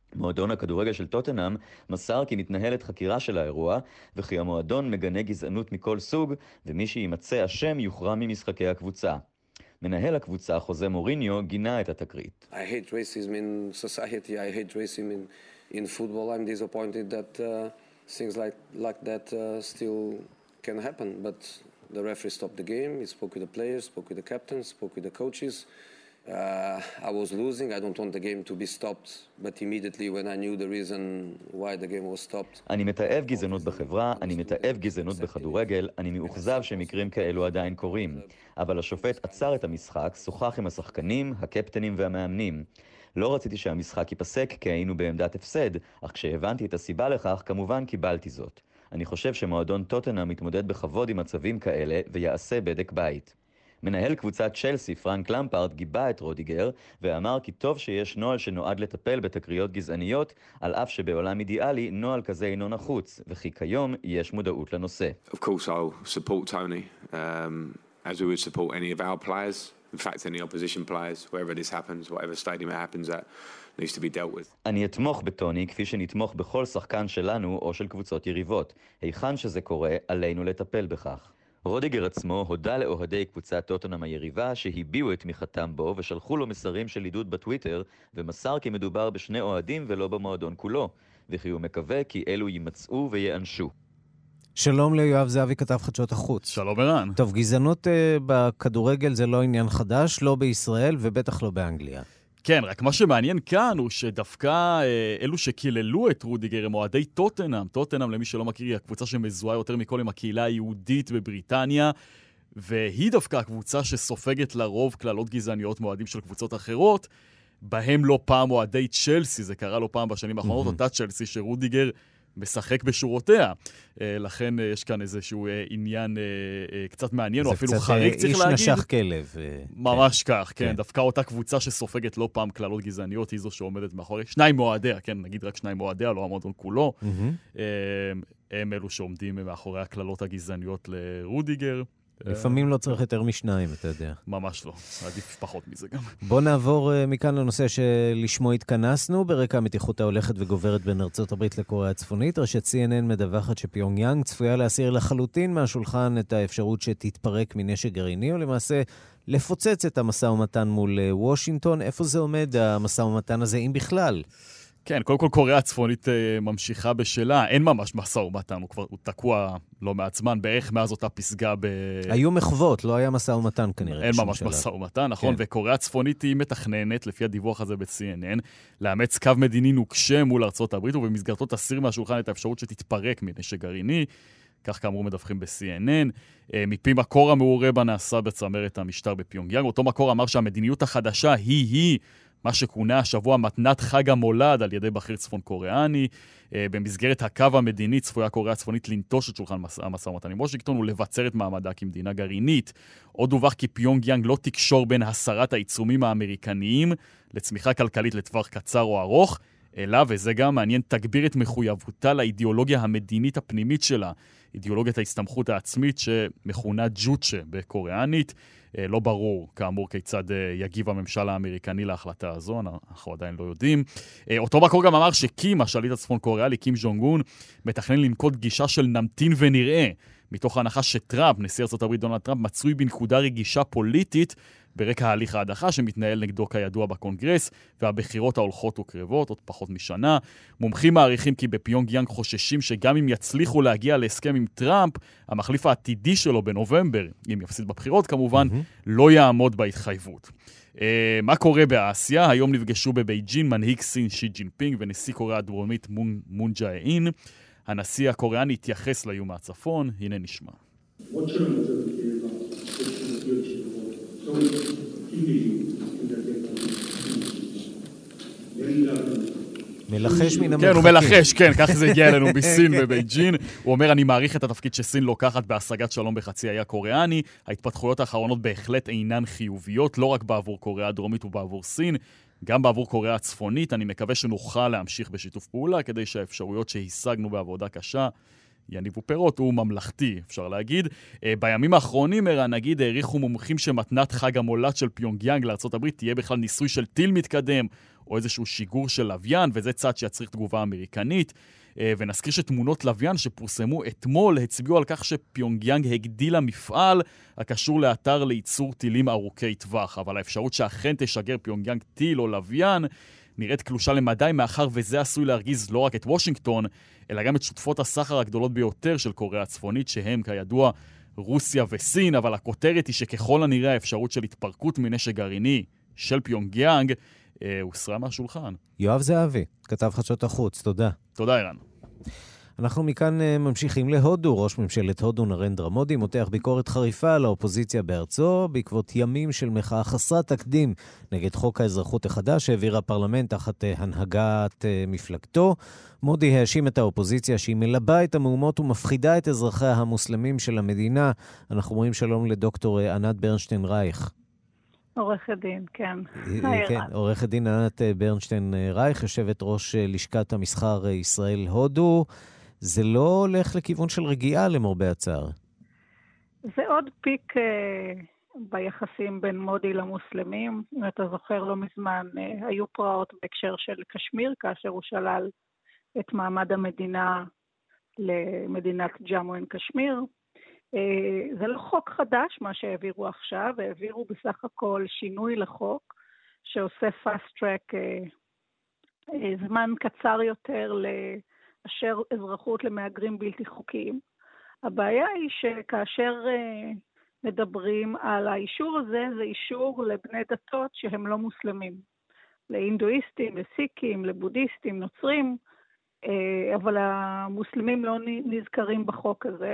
מועדון הכדורגל של טוטנהאם מסר כי מתנהלת חקירה של האירוע, וכי המועדון מגנה גזענות מכל סוג, ומי שימצא אשם יוכרע ממשחקי הקבוצה. מנהל הקבוצה, חוזה מוריניו, גינה את התקרית. I hate racism in society, I hate racism in, in football. I'm disappointed that uh, things like, like that uh, still can happen, but the referee stopped the game, he spoke with the players, spoke with the captains, spoke with the coaches. Uh, I was losing, I don't want the game to be stopped, but immediately when I knew the reason why the game was stopped. אני מתעב גזענות בחברה, אני מתעב גזענות בכדורגל, אני מאוכזב שמקרים כאלו עדיין קורים. אבל השופט עצר את המשחק, שוחח עם השחקנים, הקפטנים והמאמנים. לא רציתי שהמשחק ייפסק כי היינו בעמדת הפסד, אך כשהבנתי את הסיבה לכך, כמובן קיבלתי זאת. אני חושב שמועדון טוטנהאם מתמודד בכבוד עם מצבים כאלה ויעשה בדק בית. מנהל קבוצת צ'לסי, פרנק למפרד, גיבה את רודיגר ואמר כי טוב שיש נוהל שנועד לטפל בתקריות גזעניות, על אף שבעולם אידיאלי נוהל כזה אינו נחוץ, וכי כיום יש מודעות לנושא. Of course I'll support Tony, um, as we would support any of our players. In fact, any opposition players, wherever this happens, whatever stadium it happens at, needs to be dealt with. אני אתמוך בטוני כפי שנתמוך בכל שחקן שלנו או של קבוצות יריבות. היכן שזה קורה, עלינו לטפל בכך. רודיגר עצמו הודה לאוהדי קבוצת טוטנהאם היריבה שהביעו את תמיכתם בו ושלחו לו מסרים של עידוד בטוויטר, ומסר כי מדובר בשני אוהדים ולא במועדון כולו, וכי הוא מקווה כי אלו יימצאו ויענשו. שלום ליואב זהבי, כתב חדשות החוץ. שלום ערן. טוב, גזענות uh, בכדורגל זה לא עניין חדש, לא בישראל ובטח לא באנגליה. כן, רק מה שמעניין כאן הוא שדווקא אה, אלו שקיללו את רודיגר הם אוהדי טוטנהאם. טוטנהאם, למי שלא מכיר, היא הקבוצה שמזוהה יותר מכל עם הקהילה היהודית בבריטניה, והיא דווקא הקבוצה שסופגת לרוב כללות גזעניות מועדים של קבוצות אחרות, בהם לא פעם אוהדי צ'לסי, זה קרה לא פעם בשנים האחרונות, mm-hmm. אותה צ'לסי שרודיגר משחק בשורותיה. לכן יש כאן איזשהו עניין קצת מעניין, או אפילו חריג, צריך להגיד. איש נשך כלב. ממש כך, כן. דווקא אותה קבוצה שסופגת לא פעם כללות גזעניות, היא זו שעומדת מאחורי. שניים מועדיה, כן, נגיד רק שניים מועדיה, לא המועדון כולו. הם אלו שעומדים מאחורי הכללות הגזעניות לרודיגר. לפעמים לא צריך יותר משניים, אתה יודע. ממש לא, עדיף פחות מזה גם. בוא נעבור מכאן לנושא שלשמו התכנסנו, ברקע המתיחות ההולכת וגוברת בין ארצות הברית לקוריאה הצפונית. רשת סי אן אן מדווחת שפיונג יאנג צפויה להסיר לחלוטין מהשולחן את האפשרות שתתפרק מנשק גרעיני, או למעשה לפוצץ את המשא ומתן מול וושינגטון. איפה זה עומד, המשא ומתן הזה, אם בכלל? כן, קודם כל קוריאה הצפונית uh, ממשיכה בשלה, אין ממש משא ומתן, הוא כבר הוא תקוע לא מעט זמן, בערך מאז אותה פסגה ב... היו מחוות, לא היה משא ומתן כנראה. אין ממש משא ומתן, נכון, כן. וקוריאה הצפונית היא מתכננת, לפי הדיווח הזה ב-סי אן אן, לאמץ קו מדיני נוקשה מול ארצות הברית, ובמסגרתו תסיר מהשולחן את האפשרות שתתפרק מנשק גרעיני, כך כאמור מדווחים ב-סי אן אן, מפי מקור המעורה בה נעשה בצמרת המשטר בפיונג יאנג, אותו מקור אמר שהמדיניות החדשה היא-היא, מה שכונה השבוע מתנת חג המולד על ידי בכיר צפון קוריאני. במסגרת הקו המדיני צפויה קוריאה הצפונית לנטוש את שולחן המשא ומתן עם וושינגטון ולבצר את מעמדה כמדינה גרעינית. עוד דווח כי פיונג יאנג לא תקשור בין הסרת העיצומים האמריקניים לצמיחה כלכלית לטווח קצר או ארוך, אלא, וזה גם מעניין, תגביר את מחויבותה לאידיאולוגיה המדינית הפנימית שלה, אידיאולוגיית ההסתמכות העצמית שמכונה ג'וצ'ה בקוריאנית. לא ברור, כאמור, כיצד יגיב הממשל האמריקני להחלטה הזו, אנחנו עדיין לא יודעים. אותו מקור גם אמר שקים, השליט הצפון קוריאלי, קים ז'ונג און, מתכנן לנקוט גישה של נמתין ונראה, מתוך ההנחה שטראמפ, נשיא ארצות הברית דונלד טראמפ, מצוי בנקודה רגישה פוליטית, ברקע ההליך ההדחה שמתנהל נגדו כידוע בקונגרס, והבחירות ההולכות וקרבות, עוד פחות משנה. מומחים מעריכים כי בפיונג יאנג חוששים שגם אם יצליחו להגיע להסכם עם טראמפ, המחליף העתידי שלו בנובמבר, אם יפסיד בבחירות כמובן, mm-hmm. לא יעמוד בהתחייבות. Uh, מה קורה באסיה? היום נפגשו בבייג'ין מנהיג סין שי ג'ינפינג ונשיא קוריאה הדרומית מון, מון ג'אe-אין. הנשיא הקוריאני התייחס לאיום מהצפון, הנה נשמע. מלחש מן המרחקים. כן, הוא מלחש, כן, כך זה הגיע אלינו בסין ובייג'ין. הוא אומר, אני מעריך את התפקיד שסין לוקחת בהשגת שלום בחצי האי הקוריאני. ההתפתחויות האחרונות בהחלט אינן חיוביות, לא רק בעבור קוריאה הדרומית ובעבור סין, גם בעבור קוריאה הצפונית. אני מקווה שנוכל להמשיך בשיתוף פעולה, כדי שהאפשרויות שהשגנו בעבודה קשה יניבו פירות, הוא ממלכתי, אפשר להגיד. בימים האחרונים, נגיד, העריכו מומחים שמתנת חג המולד של פיונג יאנג לארצות הברית תהיה בכלל ניסוי של טיל מתקדם, או איזשהו שיגור של לוויין, וזה צד שיצריך תגובה אמריקנית. ונזכיר שתמונות לוויין שפורסמו אתמול הצביעו על כך שפיונגיאנג הגדילה מפעל הקשור לאתר לייצור טילים ארוכי טווח, אבל האפשרות שאכן תשגר פיונגיאנג טיל או לוויין נראית קלושה למדי, מאחר וזה עשוי להרגיז לא רק את וושינגטון, אלא גם את שותפות הסחר הגדולות ביותר של קוריאה הצפונית, שהם כידוע רוסיה וסין, אבל הכותרת היא שככל הנראה האפשרות של התפרקות מנשק גרעיני של פיונגיאנג אה, הוסרה מהשולחן. יואב זהבי, כתב חדשות החוץ, תודה. תודה אירן. אנחנו מכאן ממשיכים להודו. ראש ממשלת הודו נרנדרה מודי מותח ביקורת חריפה על האופוזיציה בארצו בעקבות ימים של מחאה חסרת תקדים נגד חוק האזרחות החדש שהעביר הפרלמנט תחת הנהגת מפלגתו. מודי האשים את האופוזיציה שהיא מלבה את המהומות ומפחידה את אזרחיה המוסלמים של המדינה. אנחנו אומרים שלום לדוקטור ענת ברנשטיין רייך. עורכת דין, כן. כן, עורכת דין ענת ברנשטיין רייך, יושבת ראש לשכת המסחר ישראל הודו. זה לא הולך לכיוון של רגיעה למרבה הצער. זה עוד פיק uh, ביחסים בין מודי למוסלמים. אם אתה זוכר לא מזמן, uh, היו פרעות בהקשר של קשמיר, כאשר הוא שלל את מעמד המדינה למדינת ג'אמו אנד קשמיר. Uh, זה לא חוק חדש מה שהעבירו עכשיו, העבירו בסך הכל שינוי לחוק שעושה fast track uh, uh, זמן קצר יותר לאשר אזרחות למהגרים בלתי חוקיים. הבעיה היא שכאשר uh, מדברים על האישור הזה, זה אישור לבני דתות שהם לא מוסלמים. להינדואיסטים, לסיקים, לבודיסטים, נוצרים, uh, אבל המוסלמים לא נזכרים בחוק הזה.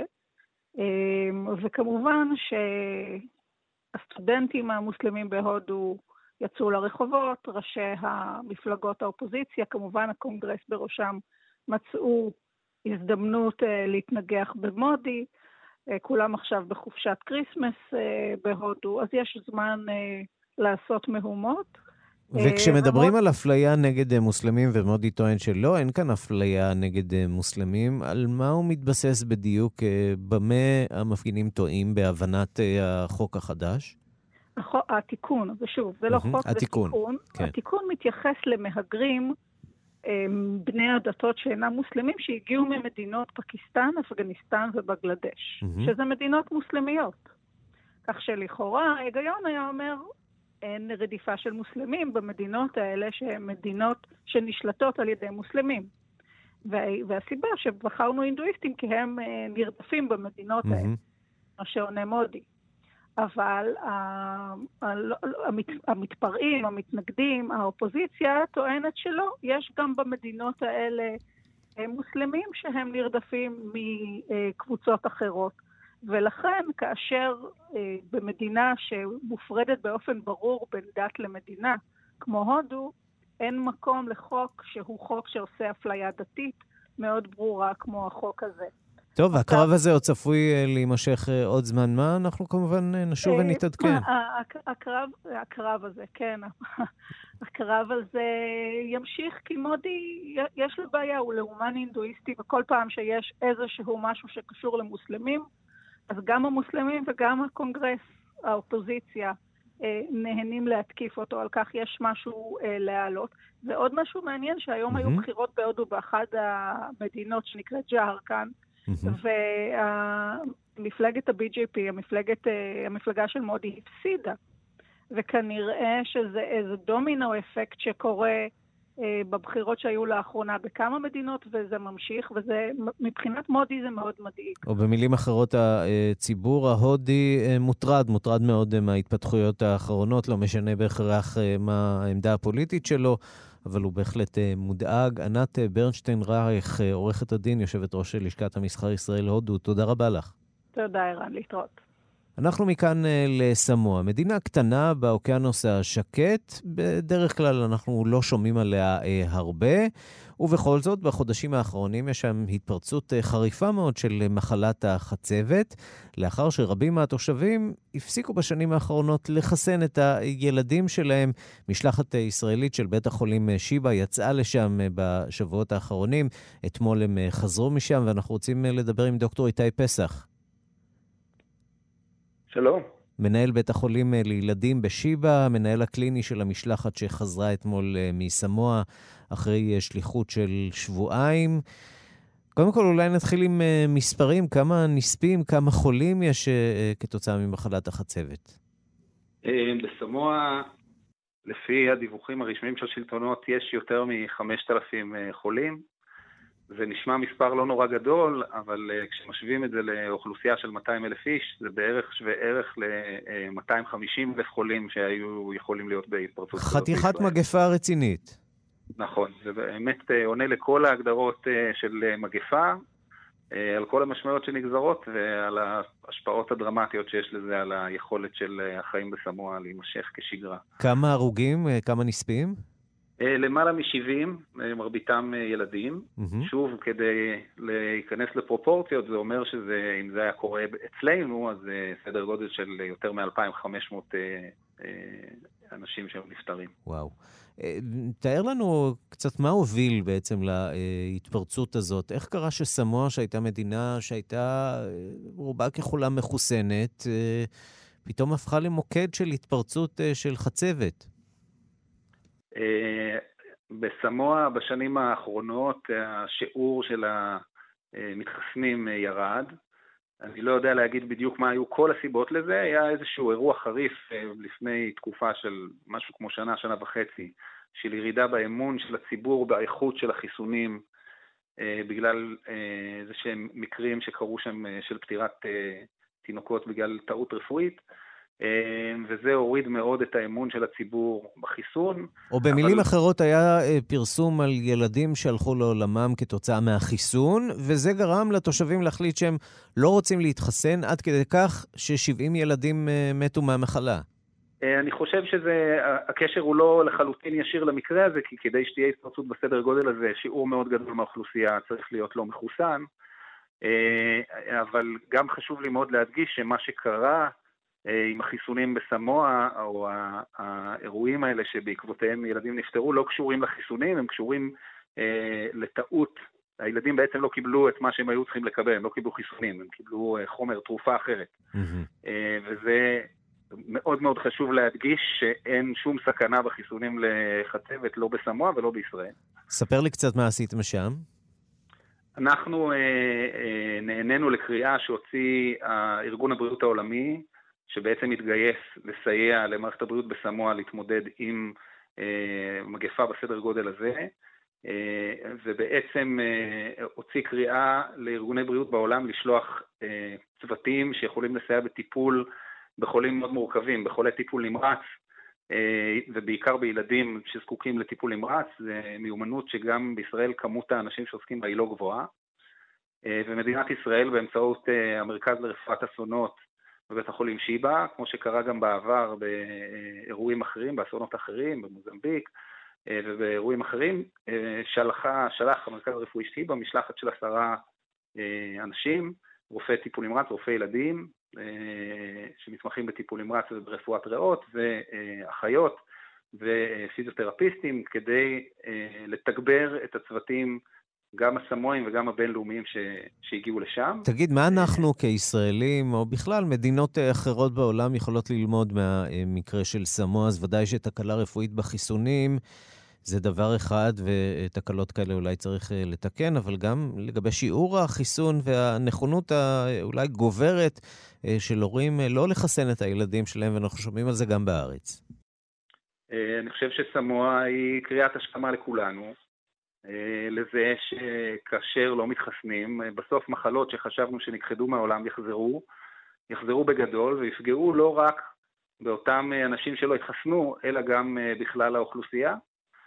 וכמובן שהסטודנטים המוסלמים בהודו יצאו לרחובות, ראשי המפלגות האופוזיציה, כמובן הקונגרס בראשם, מצאו הזדמנות להתנגח במודי, כולם עכשיו בחופשת קריסמס בהודו, אז יש זמן לעשות מהומות. וכשמדברים על אפליה נגד מוסלמים, ומודי טוען שלא, אין כאן אפליה נגד מוסלמים, על מה הוא מתבסס בדיוק? במה המפגינים טועים בהבנת החוק החדש? התיקון, ושוב, זה לא חוק, זה תיקון. התיקון מתייחס למהגרים בני הדתות שאינם מוסלמים, שהגיעו ממדינות פקיסטן, אפגניסטן ובגלדש, שזה מדינות מוסלמיות. כך שלכאורה, ההיגיון היה אומר, אין רדיפה של מוסלמים במדינות האלה שהן מדינות שנשלטות על ידי מוסלמים. והסיבה שבחרנו הינדואיסטים כי הם נרדפים במדינות האלה, מה שעונה מודי. אבל המתפרעים, המתנגדים, האופוזיציה טוענת שלא. יש גם במדינות האלה מוסלמים שהם נרדפים מקבוצות אחרות. ולכן כאשר אה, במדינה שמופרדת באופן ברור בין דת למדינה, כמו הודו, אין מקום לחוק שהוא חוק שעושה אפליה דתית מאוד ברורה כמו החוק הזה. טוב, הקרב הזה עוד צפוי להימשך עוד זמן מה? אנחנו כמובן נשוב ונתעדכן. הקרב, הקרב הזה, כן. הקרב הזה ימשיך כי מודי, יש לו בעיה, הוא לאומן הינדואיסטי, וכל פעם שיש איזשהו משהו שקשור למוסלמים, אז גם המוסלמים וגם הקונגרס, האופוזיציה, נהנים להתקיף אותו, על כך יש משהו להעלות. ועוד משהו מעניין שהיום היו בחירות בהודו באחד המדינות שנקראת ג'הרקן, ומפלגת ה-בי ג'יי פי, המפלגת, המפלגה של מודי, הפסידה. וכנראה שזה איזה דומינו אפקט שקורה בבחירות שהיו לאחרונה בכמה מדינות, וזה ממשיך, וזה, מבחינת מודי זה מאוד מדאיג. או במילים אחרות, הציבור ההודי מוטרד, מוטרד מאוד מההתפתחויות האחרונות, לא משנה בהכרח מה העמדה הפוליטית שלו, אבל הוא בהחלט מודאג. ענת ברנשטיין רייך, עורכת הדין, יושבת ראש לשכת המסחר ישראל הודו, תודה רבה לך. תודה, ערן, להתראות. אנחנו מכאן לסמואה, מדינה קטנה באוקיינוס השקט, בדרך כלל אנחנו לא שומעים עליה הרבה, ובכל זאת בחודשים האחרונים יש שם התפרצות חריפה מאוד של מחלת החצבת, לאחר שרבים מהתושבים הפסיקו בשנים האחרונות לחסן את הילדים שלהם. משלחת ישראלית של בית החולים שיבא יצאה לשם בשבועות האחרונים, אתמול הם חזרו משם, ואנחנו רוצים לדבר עם דוקטור איתי פסח. שלום. מנהל בית החולים לילדים בשיבא, מנהל הקליני של המשלחת שחזרה אתמול מסמואה אחרי שליחות של שבועיים. קודם כל אולי נתחיל עם מספרים, כמה נספים, כמה חולים יש כתוצאה ממחלת החצבת? בסמואה, לפי הדיווחים הרשמיים של שלטונות, יש יותר מ-חמשת אלפים חולים. זה נשמע מספר לא נורא גדול, אבל uh, כשמשווים את זה לאוכלוסייה של מאתיים אלף איש, זה בערך שווה ערך ל-מאתיים וחמישים אלף חולים שהיו יכולים להיות בהתפרצות. חתיכת מגפה רצינית. נכון, זה באמת uh, עונה לכל ההגדרות uh, של uh, מגפה, uh, על כל המשמעויות שנגזרות, ועל ההשפעות הדרמטיות שיש לזה על היכולת של uh, החיים בסמואה להימשך כשגרה. כמה הרוגים, uh, כמה נספים? למעלה מ-שבעים, מרביתם ילדים. Mm-hmm. שוב, כדי להיכנס לפרופורציות, זה אומר שאם זה היה קורה אצלנו, אז זה סדר גודל של יותר מ-אלפיים וחמש מאות אנשים שהם נפטרים. וואו. תאר לנו קצת מה הוביל בעצם להתפרצות הזאת. איך קרה שסמואה, שהייתה מדינה שהייתה רובה ככולה מחוסנת, פתאום הפכה למוקד של התפרצות של חצבת? בסמואה בשנים האחרונות השיעור של המתחסנים ירד. אני לא יודע להגיד בדיוק מה היו כל הסיבות לזה. היה איזשהו אירוע חריף לפני תקופה של משהו כמו שנה, שנה וחצי, של ירידה באמון של הציבור באיכות של החיסונים, בגלל איזה שהם מקרים שקרו שם של פטירת תינוקות בגלל טעות רפואית. וזה הוריד מאוד את האמון של הציבור בחיסון. או במילים אבל... אחרות היה פרסום על ילדים שהלכו לעולמם כתוצאה מהחיסון, וזה גרם לתושבים להחליט שהם לא רוצים להתחסן, עד כדי כך ש-שבעים ילדים מתו מהמחלה. אני חושב שהקשר הוא לא לחלוטין ישיר למקרה הזה, כי כדי שתהיה התפרצות בסדר גודל הזה, שיעור מאוד גדול מהאוכלוסייה צריך להיות לא מחוסן. אבל גם חשוב לי מאוד להדגיש שמה שקרה עם החיסונים בסמואה, או האירועים האלה שבעקבותיהם ילדים נפטרו, לא קשורים לחיסונים, הם קשורים אה, לטעות. הילדים בעצם לא קיבלו את מה שהם היו צריכים לקבל, הם לא קיבלו חיסונים, הם קיבלו אה, חומר, תרופה אחרת. Mm-hmm. אה, וזה מאוד מאוד חשוב להדגיש שאין שום סכנה בחיסונים לחצבת, לא בסמואה ולא בישראל. ספר לי קצת מה עשיתם שם. אנחנו אה, אה, נהנינו לקריאה שהוציא ארגון הבריאות העולמי, שבעצם התגייס לסייע למערכת הבריאות בסמואה להתמודד עם אה, מגפה בסדר גודל הזה, אה, ובעצם אה, הוציא קריאה לארגוני בריאות בעולם לשלוח אה, צוותים שיכולים לסייע בטיפול בחולים מאוד מורכבים, בחולי טיפול נמרץ, אה, ובעיקר בילדים שזקוקים לטיפול נמרץ. זה מיומנות שגם בישראל כמות האנשים שעוסקים בה היא לא גבוהה, אה, ומדינת ישראל באמצעות אה, המרכז לרפואת אסונות, בבית החולים שיבא, כמו שקרה גם בעבר באירועים אחרים, באסונות אחרים, במוזמביק ובאירועים אחרים, שלחה, שלח המרכז הרפואי שיבא משלחת של עשרה אנשים, רופאי טיפול נמרץ, רופאי ילדים, שמתמחים בטיפול נמרץ וברפואת ריאות, ואחיות ופיזיותרפיסטים, כדי לתגבר את הצוותים גם הסמואים וגם הבינלאומיים ש... שהגיעו לשם. תגיד, מה אנחנו כישראלים, או בכלל מדינות אחרות בעולם יכולות ללמוד מהמקרה של סמואה? אז ודאי שתקלה רפואית בחיסונים זה דבר אחד, ותקלות כאלה אולי צריך לתקן, אבל גם לגבי שיעור החיסון והנכונות האולי גוברת של הורים לא לחסן את הילדים שלהם, ואנחנו שומעים על זה גם בארץ. אני חושב שסמואה היא קריאת השכמה לכולנו, לזה שכאשר לא מתחסנים, בסוף מחלות שחשבנו שנכחדו מהעולם יחזרו, יחזרו בגדול ויפגעו לא רק באותם אנשים שלא התחסנו, אלא גם בכלל האוכלוסייה.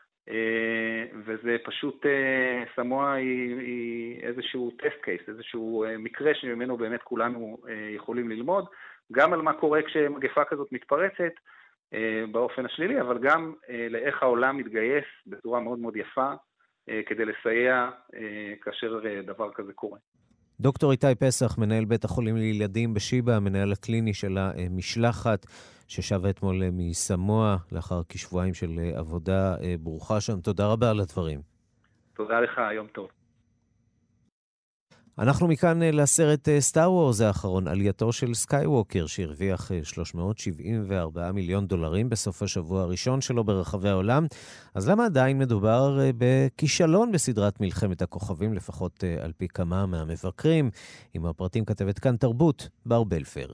וזה פשוט, סמואה היא, היא איזשהו טסט קייס, איזשהו מקרה שממנו באמת כולנו יכולים ללמוד, גם על מה קורה כשמגפה כזאת מתפרצת באופן השלילי, אבל גם לאיך העולם מתגייס בצורה מאוד מאוד יפה, כדי לסייע כאשר דבר כזה קורה. דוקטור איתי פסח, מנהל בית החולים לילדים בשיבא, המנהל הקליני של המשלחת, ששבה אתמול מסמואה, לאחר כשבועיים של עבודה ברוכה שם. תודה רבה על הדברים. תודה לך, יום טוב. אנחנו מכאן לסרט סטאר וורס האחרון, עלייתו של סקייווקר, שהרוויח שלוש מאות שבעים וארבעה מיליון דולרים בסוף השבוע הראשון שלו ברחבי העולם. אז למה עדיין מדובר בכישלון בסדרת מלחמת הכוכבים, לפחות על פי כמה מהמבקרים? עם הפרטים כתבת כאן תרבות, בר בלפר.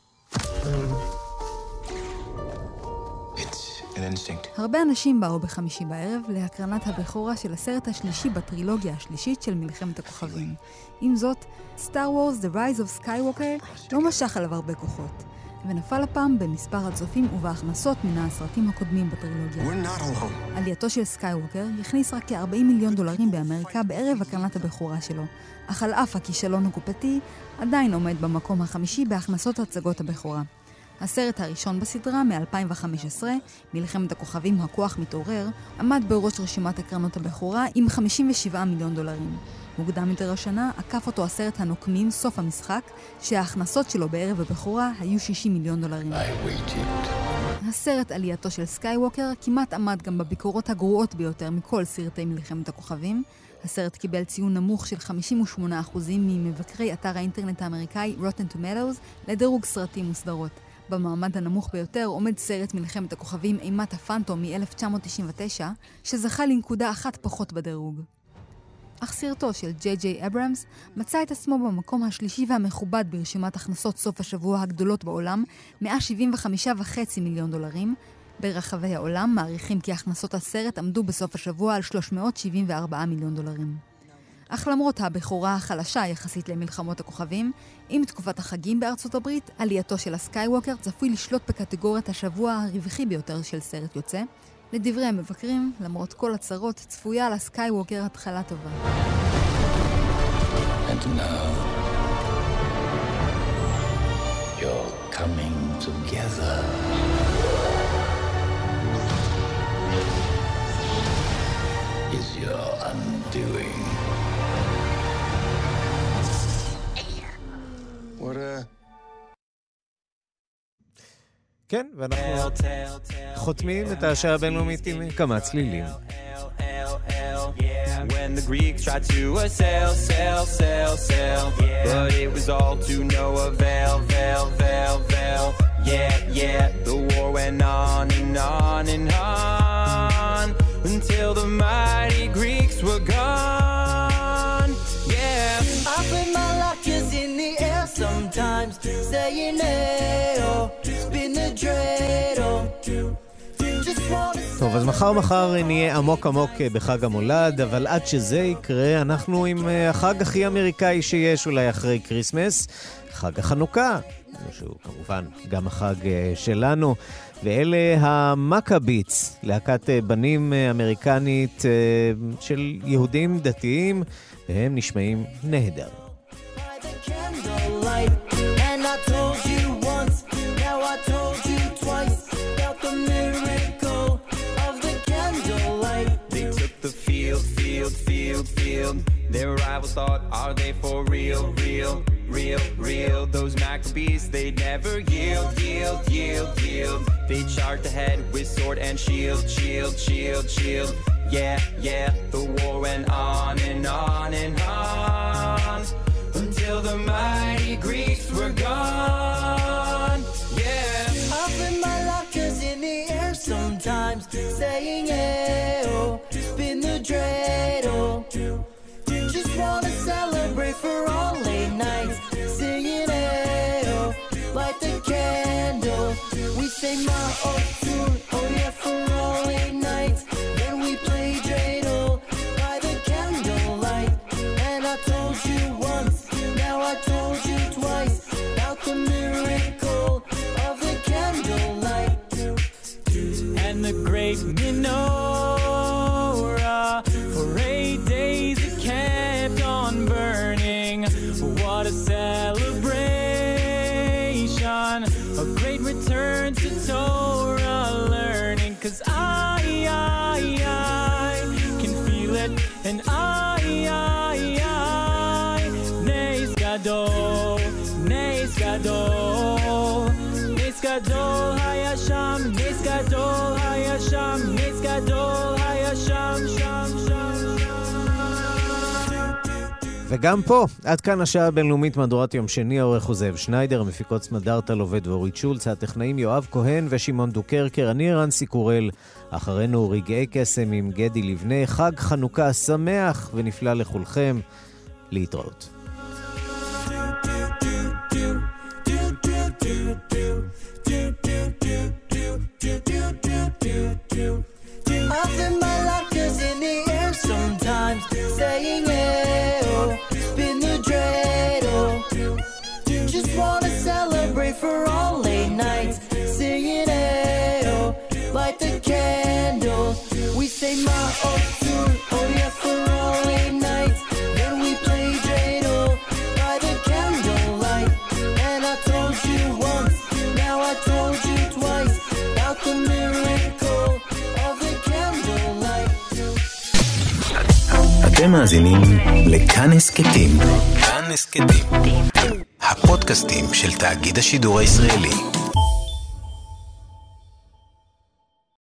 הרבה אנשים באו בחמישי בערב להקרנת הבכורה של הסרט השלישי בטרילוגיה השלישית של מלחמת הכוכבים. עם זאת, Star Wars The Rise of Skywalker לא משך עליו הרבה כוחות, ונפל הפעם במספר הצופים ובהכנסות מן הסרטים הקודמים בטרילוגיה. עלייתו של סקייווקר יכניס רק כ-ארבעים מיליון דולרים באמריקה בערב הקרנת הבכורה שלו, אך על אף הכישלון הקופתי עדיין עומד במקום החמישי בהכנסות הצגות הבכורה. הסרט הראשון בסדרה מ-אלפיים וחמש עשרה, מלחמת הכוכבים הכוח מתעורר, עמד בראש רשימת הקרנות הבכורה עם חמישים ושבעה מיליון דולרים. מוקדם יותר השנה עקף אותו הסרט הנוקמים סוף המשחק, שההכנסות שלו בערב הבכורה היו שישים מיליון דולרים. הסרט עלייתו של סקייווקר כמעט עמד גם בביקורות הגרועות ביותר מכל סרטי מלחמת הכוכבים. הסרט קיבל ציון נמוך של חמישים ושמונה אחוז ממבקרי אתר האינטרנט האמריקאי Rotten Tomatoes לדירוג סרטים וסדרות. במעמד הנמוך ביותר עומד סרט מלחמת הכוכבים אימת הפנטום מ-אלף תשע מאות תשעים ותשע, שזכה לנקודה אחת פחות בדירוג. אך סרטו של ג'יי ג'יי אברמס מצא את עצמו במקום השלישי והמכובד ברשימת הכנסות סוף השבוע הגדולות בעולם, מאה שבעים וחמישה וחצי מיליון דולרים. ברחבי העולם מעריכים כי הכנסות הסרט עמדו בסוף השבוע על שלוש מאות שבעים וארבעה מיליון דולרים. אך למרות הבכורה החלשה יחסית למלחמות הכוכבים, עם תקופת החגים בארצות הברית, עלייתו של הסקייווקר צפוי לשלוט בקטגוריית השבוע הרווחי ביותר של סרט יוצא. לדברי המבקרים, למרות כל הצרות, צפויה לסקייווקר התחלה טובה. And now, you're coming together. Is your undoing. What a... כן, ואנחנו חותמים את השעה הבינלאומית עם כמה צלילים. When the Greeks tried to assail, sail, sail, sail, but it was all to no avail, veil, veil, veil. Yeah, yeah, the war went on and on and on until the mighty Greeks were gone. Yeah, I put my lockers in the air sometimes, saying hey, oh, spin the dreidel. טוב, אז מחר מחר נהיה עמוק עמוק בחג המולד, אבל עד שזה יקרה, אנחנו עם החג הכי אמריקאי שיש, אולי אחרי קריסמס, חג החנוכה, שהוא כמובן גם החג שלנו, ואלה המקביץ, להקת בנים אמריקנית של יהודים דתיים, והם נשמעים נהדר. And I told you once, now I told you twice, about the miracle of the candlelight. They took the field, field, field, field. Their rivals thought, are they for real, real, real, real? Those Maccabees, they never yield, yield, yield, yield. They charged ahead with sword and shield, shield, shield, shield. Yeah, yeah, the war went on and on and on until the mighty Greeks were gone. Yeah, I put my lockers in the air sometimes, saying hey, oh, spin the dreidel. Just wanna celebrate for all late nights, singing hey, oh, light the candle. We say my old tune, oh yeah, for all late nights. Then we play dreidel by the candlelight. And I told you once, now I told you twice, about the miracle of the candlelight. And the great menorah, for eight days it kept on burning. What a celebration, a great return to Torah learning. Cause I, I, I can feel it, and I, I, I Nes Gadol, Nes Gadol, Nes Gadol Hayasham, Nes Gadol Hayasham, Nes Gadol Hayasham, Sham, Sham, Sham. וגם פה, עד כאן השעה הבינלאומית מהדורת יום שני, העורך הוא זאב שניידר, המפיקות סמדארטה לובד ואורית שולץ, הטכנאים יואב כהן ושמעון דוקרקר, אני רנסי קורל, אחרינו רגעי קסם עם גדי לבנה, חג חנוכה שמח ונפלא לכולכם, להתראות. Often my laughter's in the air sometimes, saying hey, oh, spin the dreidel. Just wanna celebrate for all late nights, singing hey, oh, light the candles. We say ma oh tur, oh yeah, for all late nights. Then we play dreidel by the candlelight. And I told you once, now I told you twice about the miracle of the candlelight. אתם מאזינים לכאן הסכתים. כאן הסכתים. הפודקאסטים של תאגיד השידור הישראלי.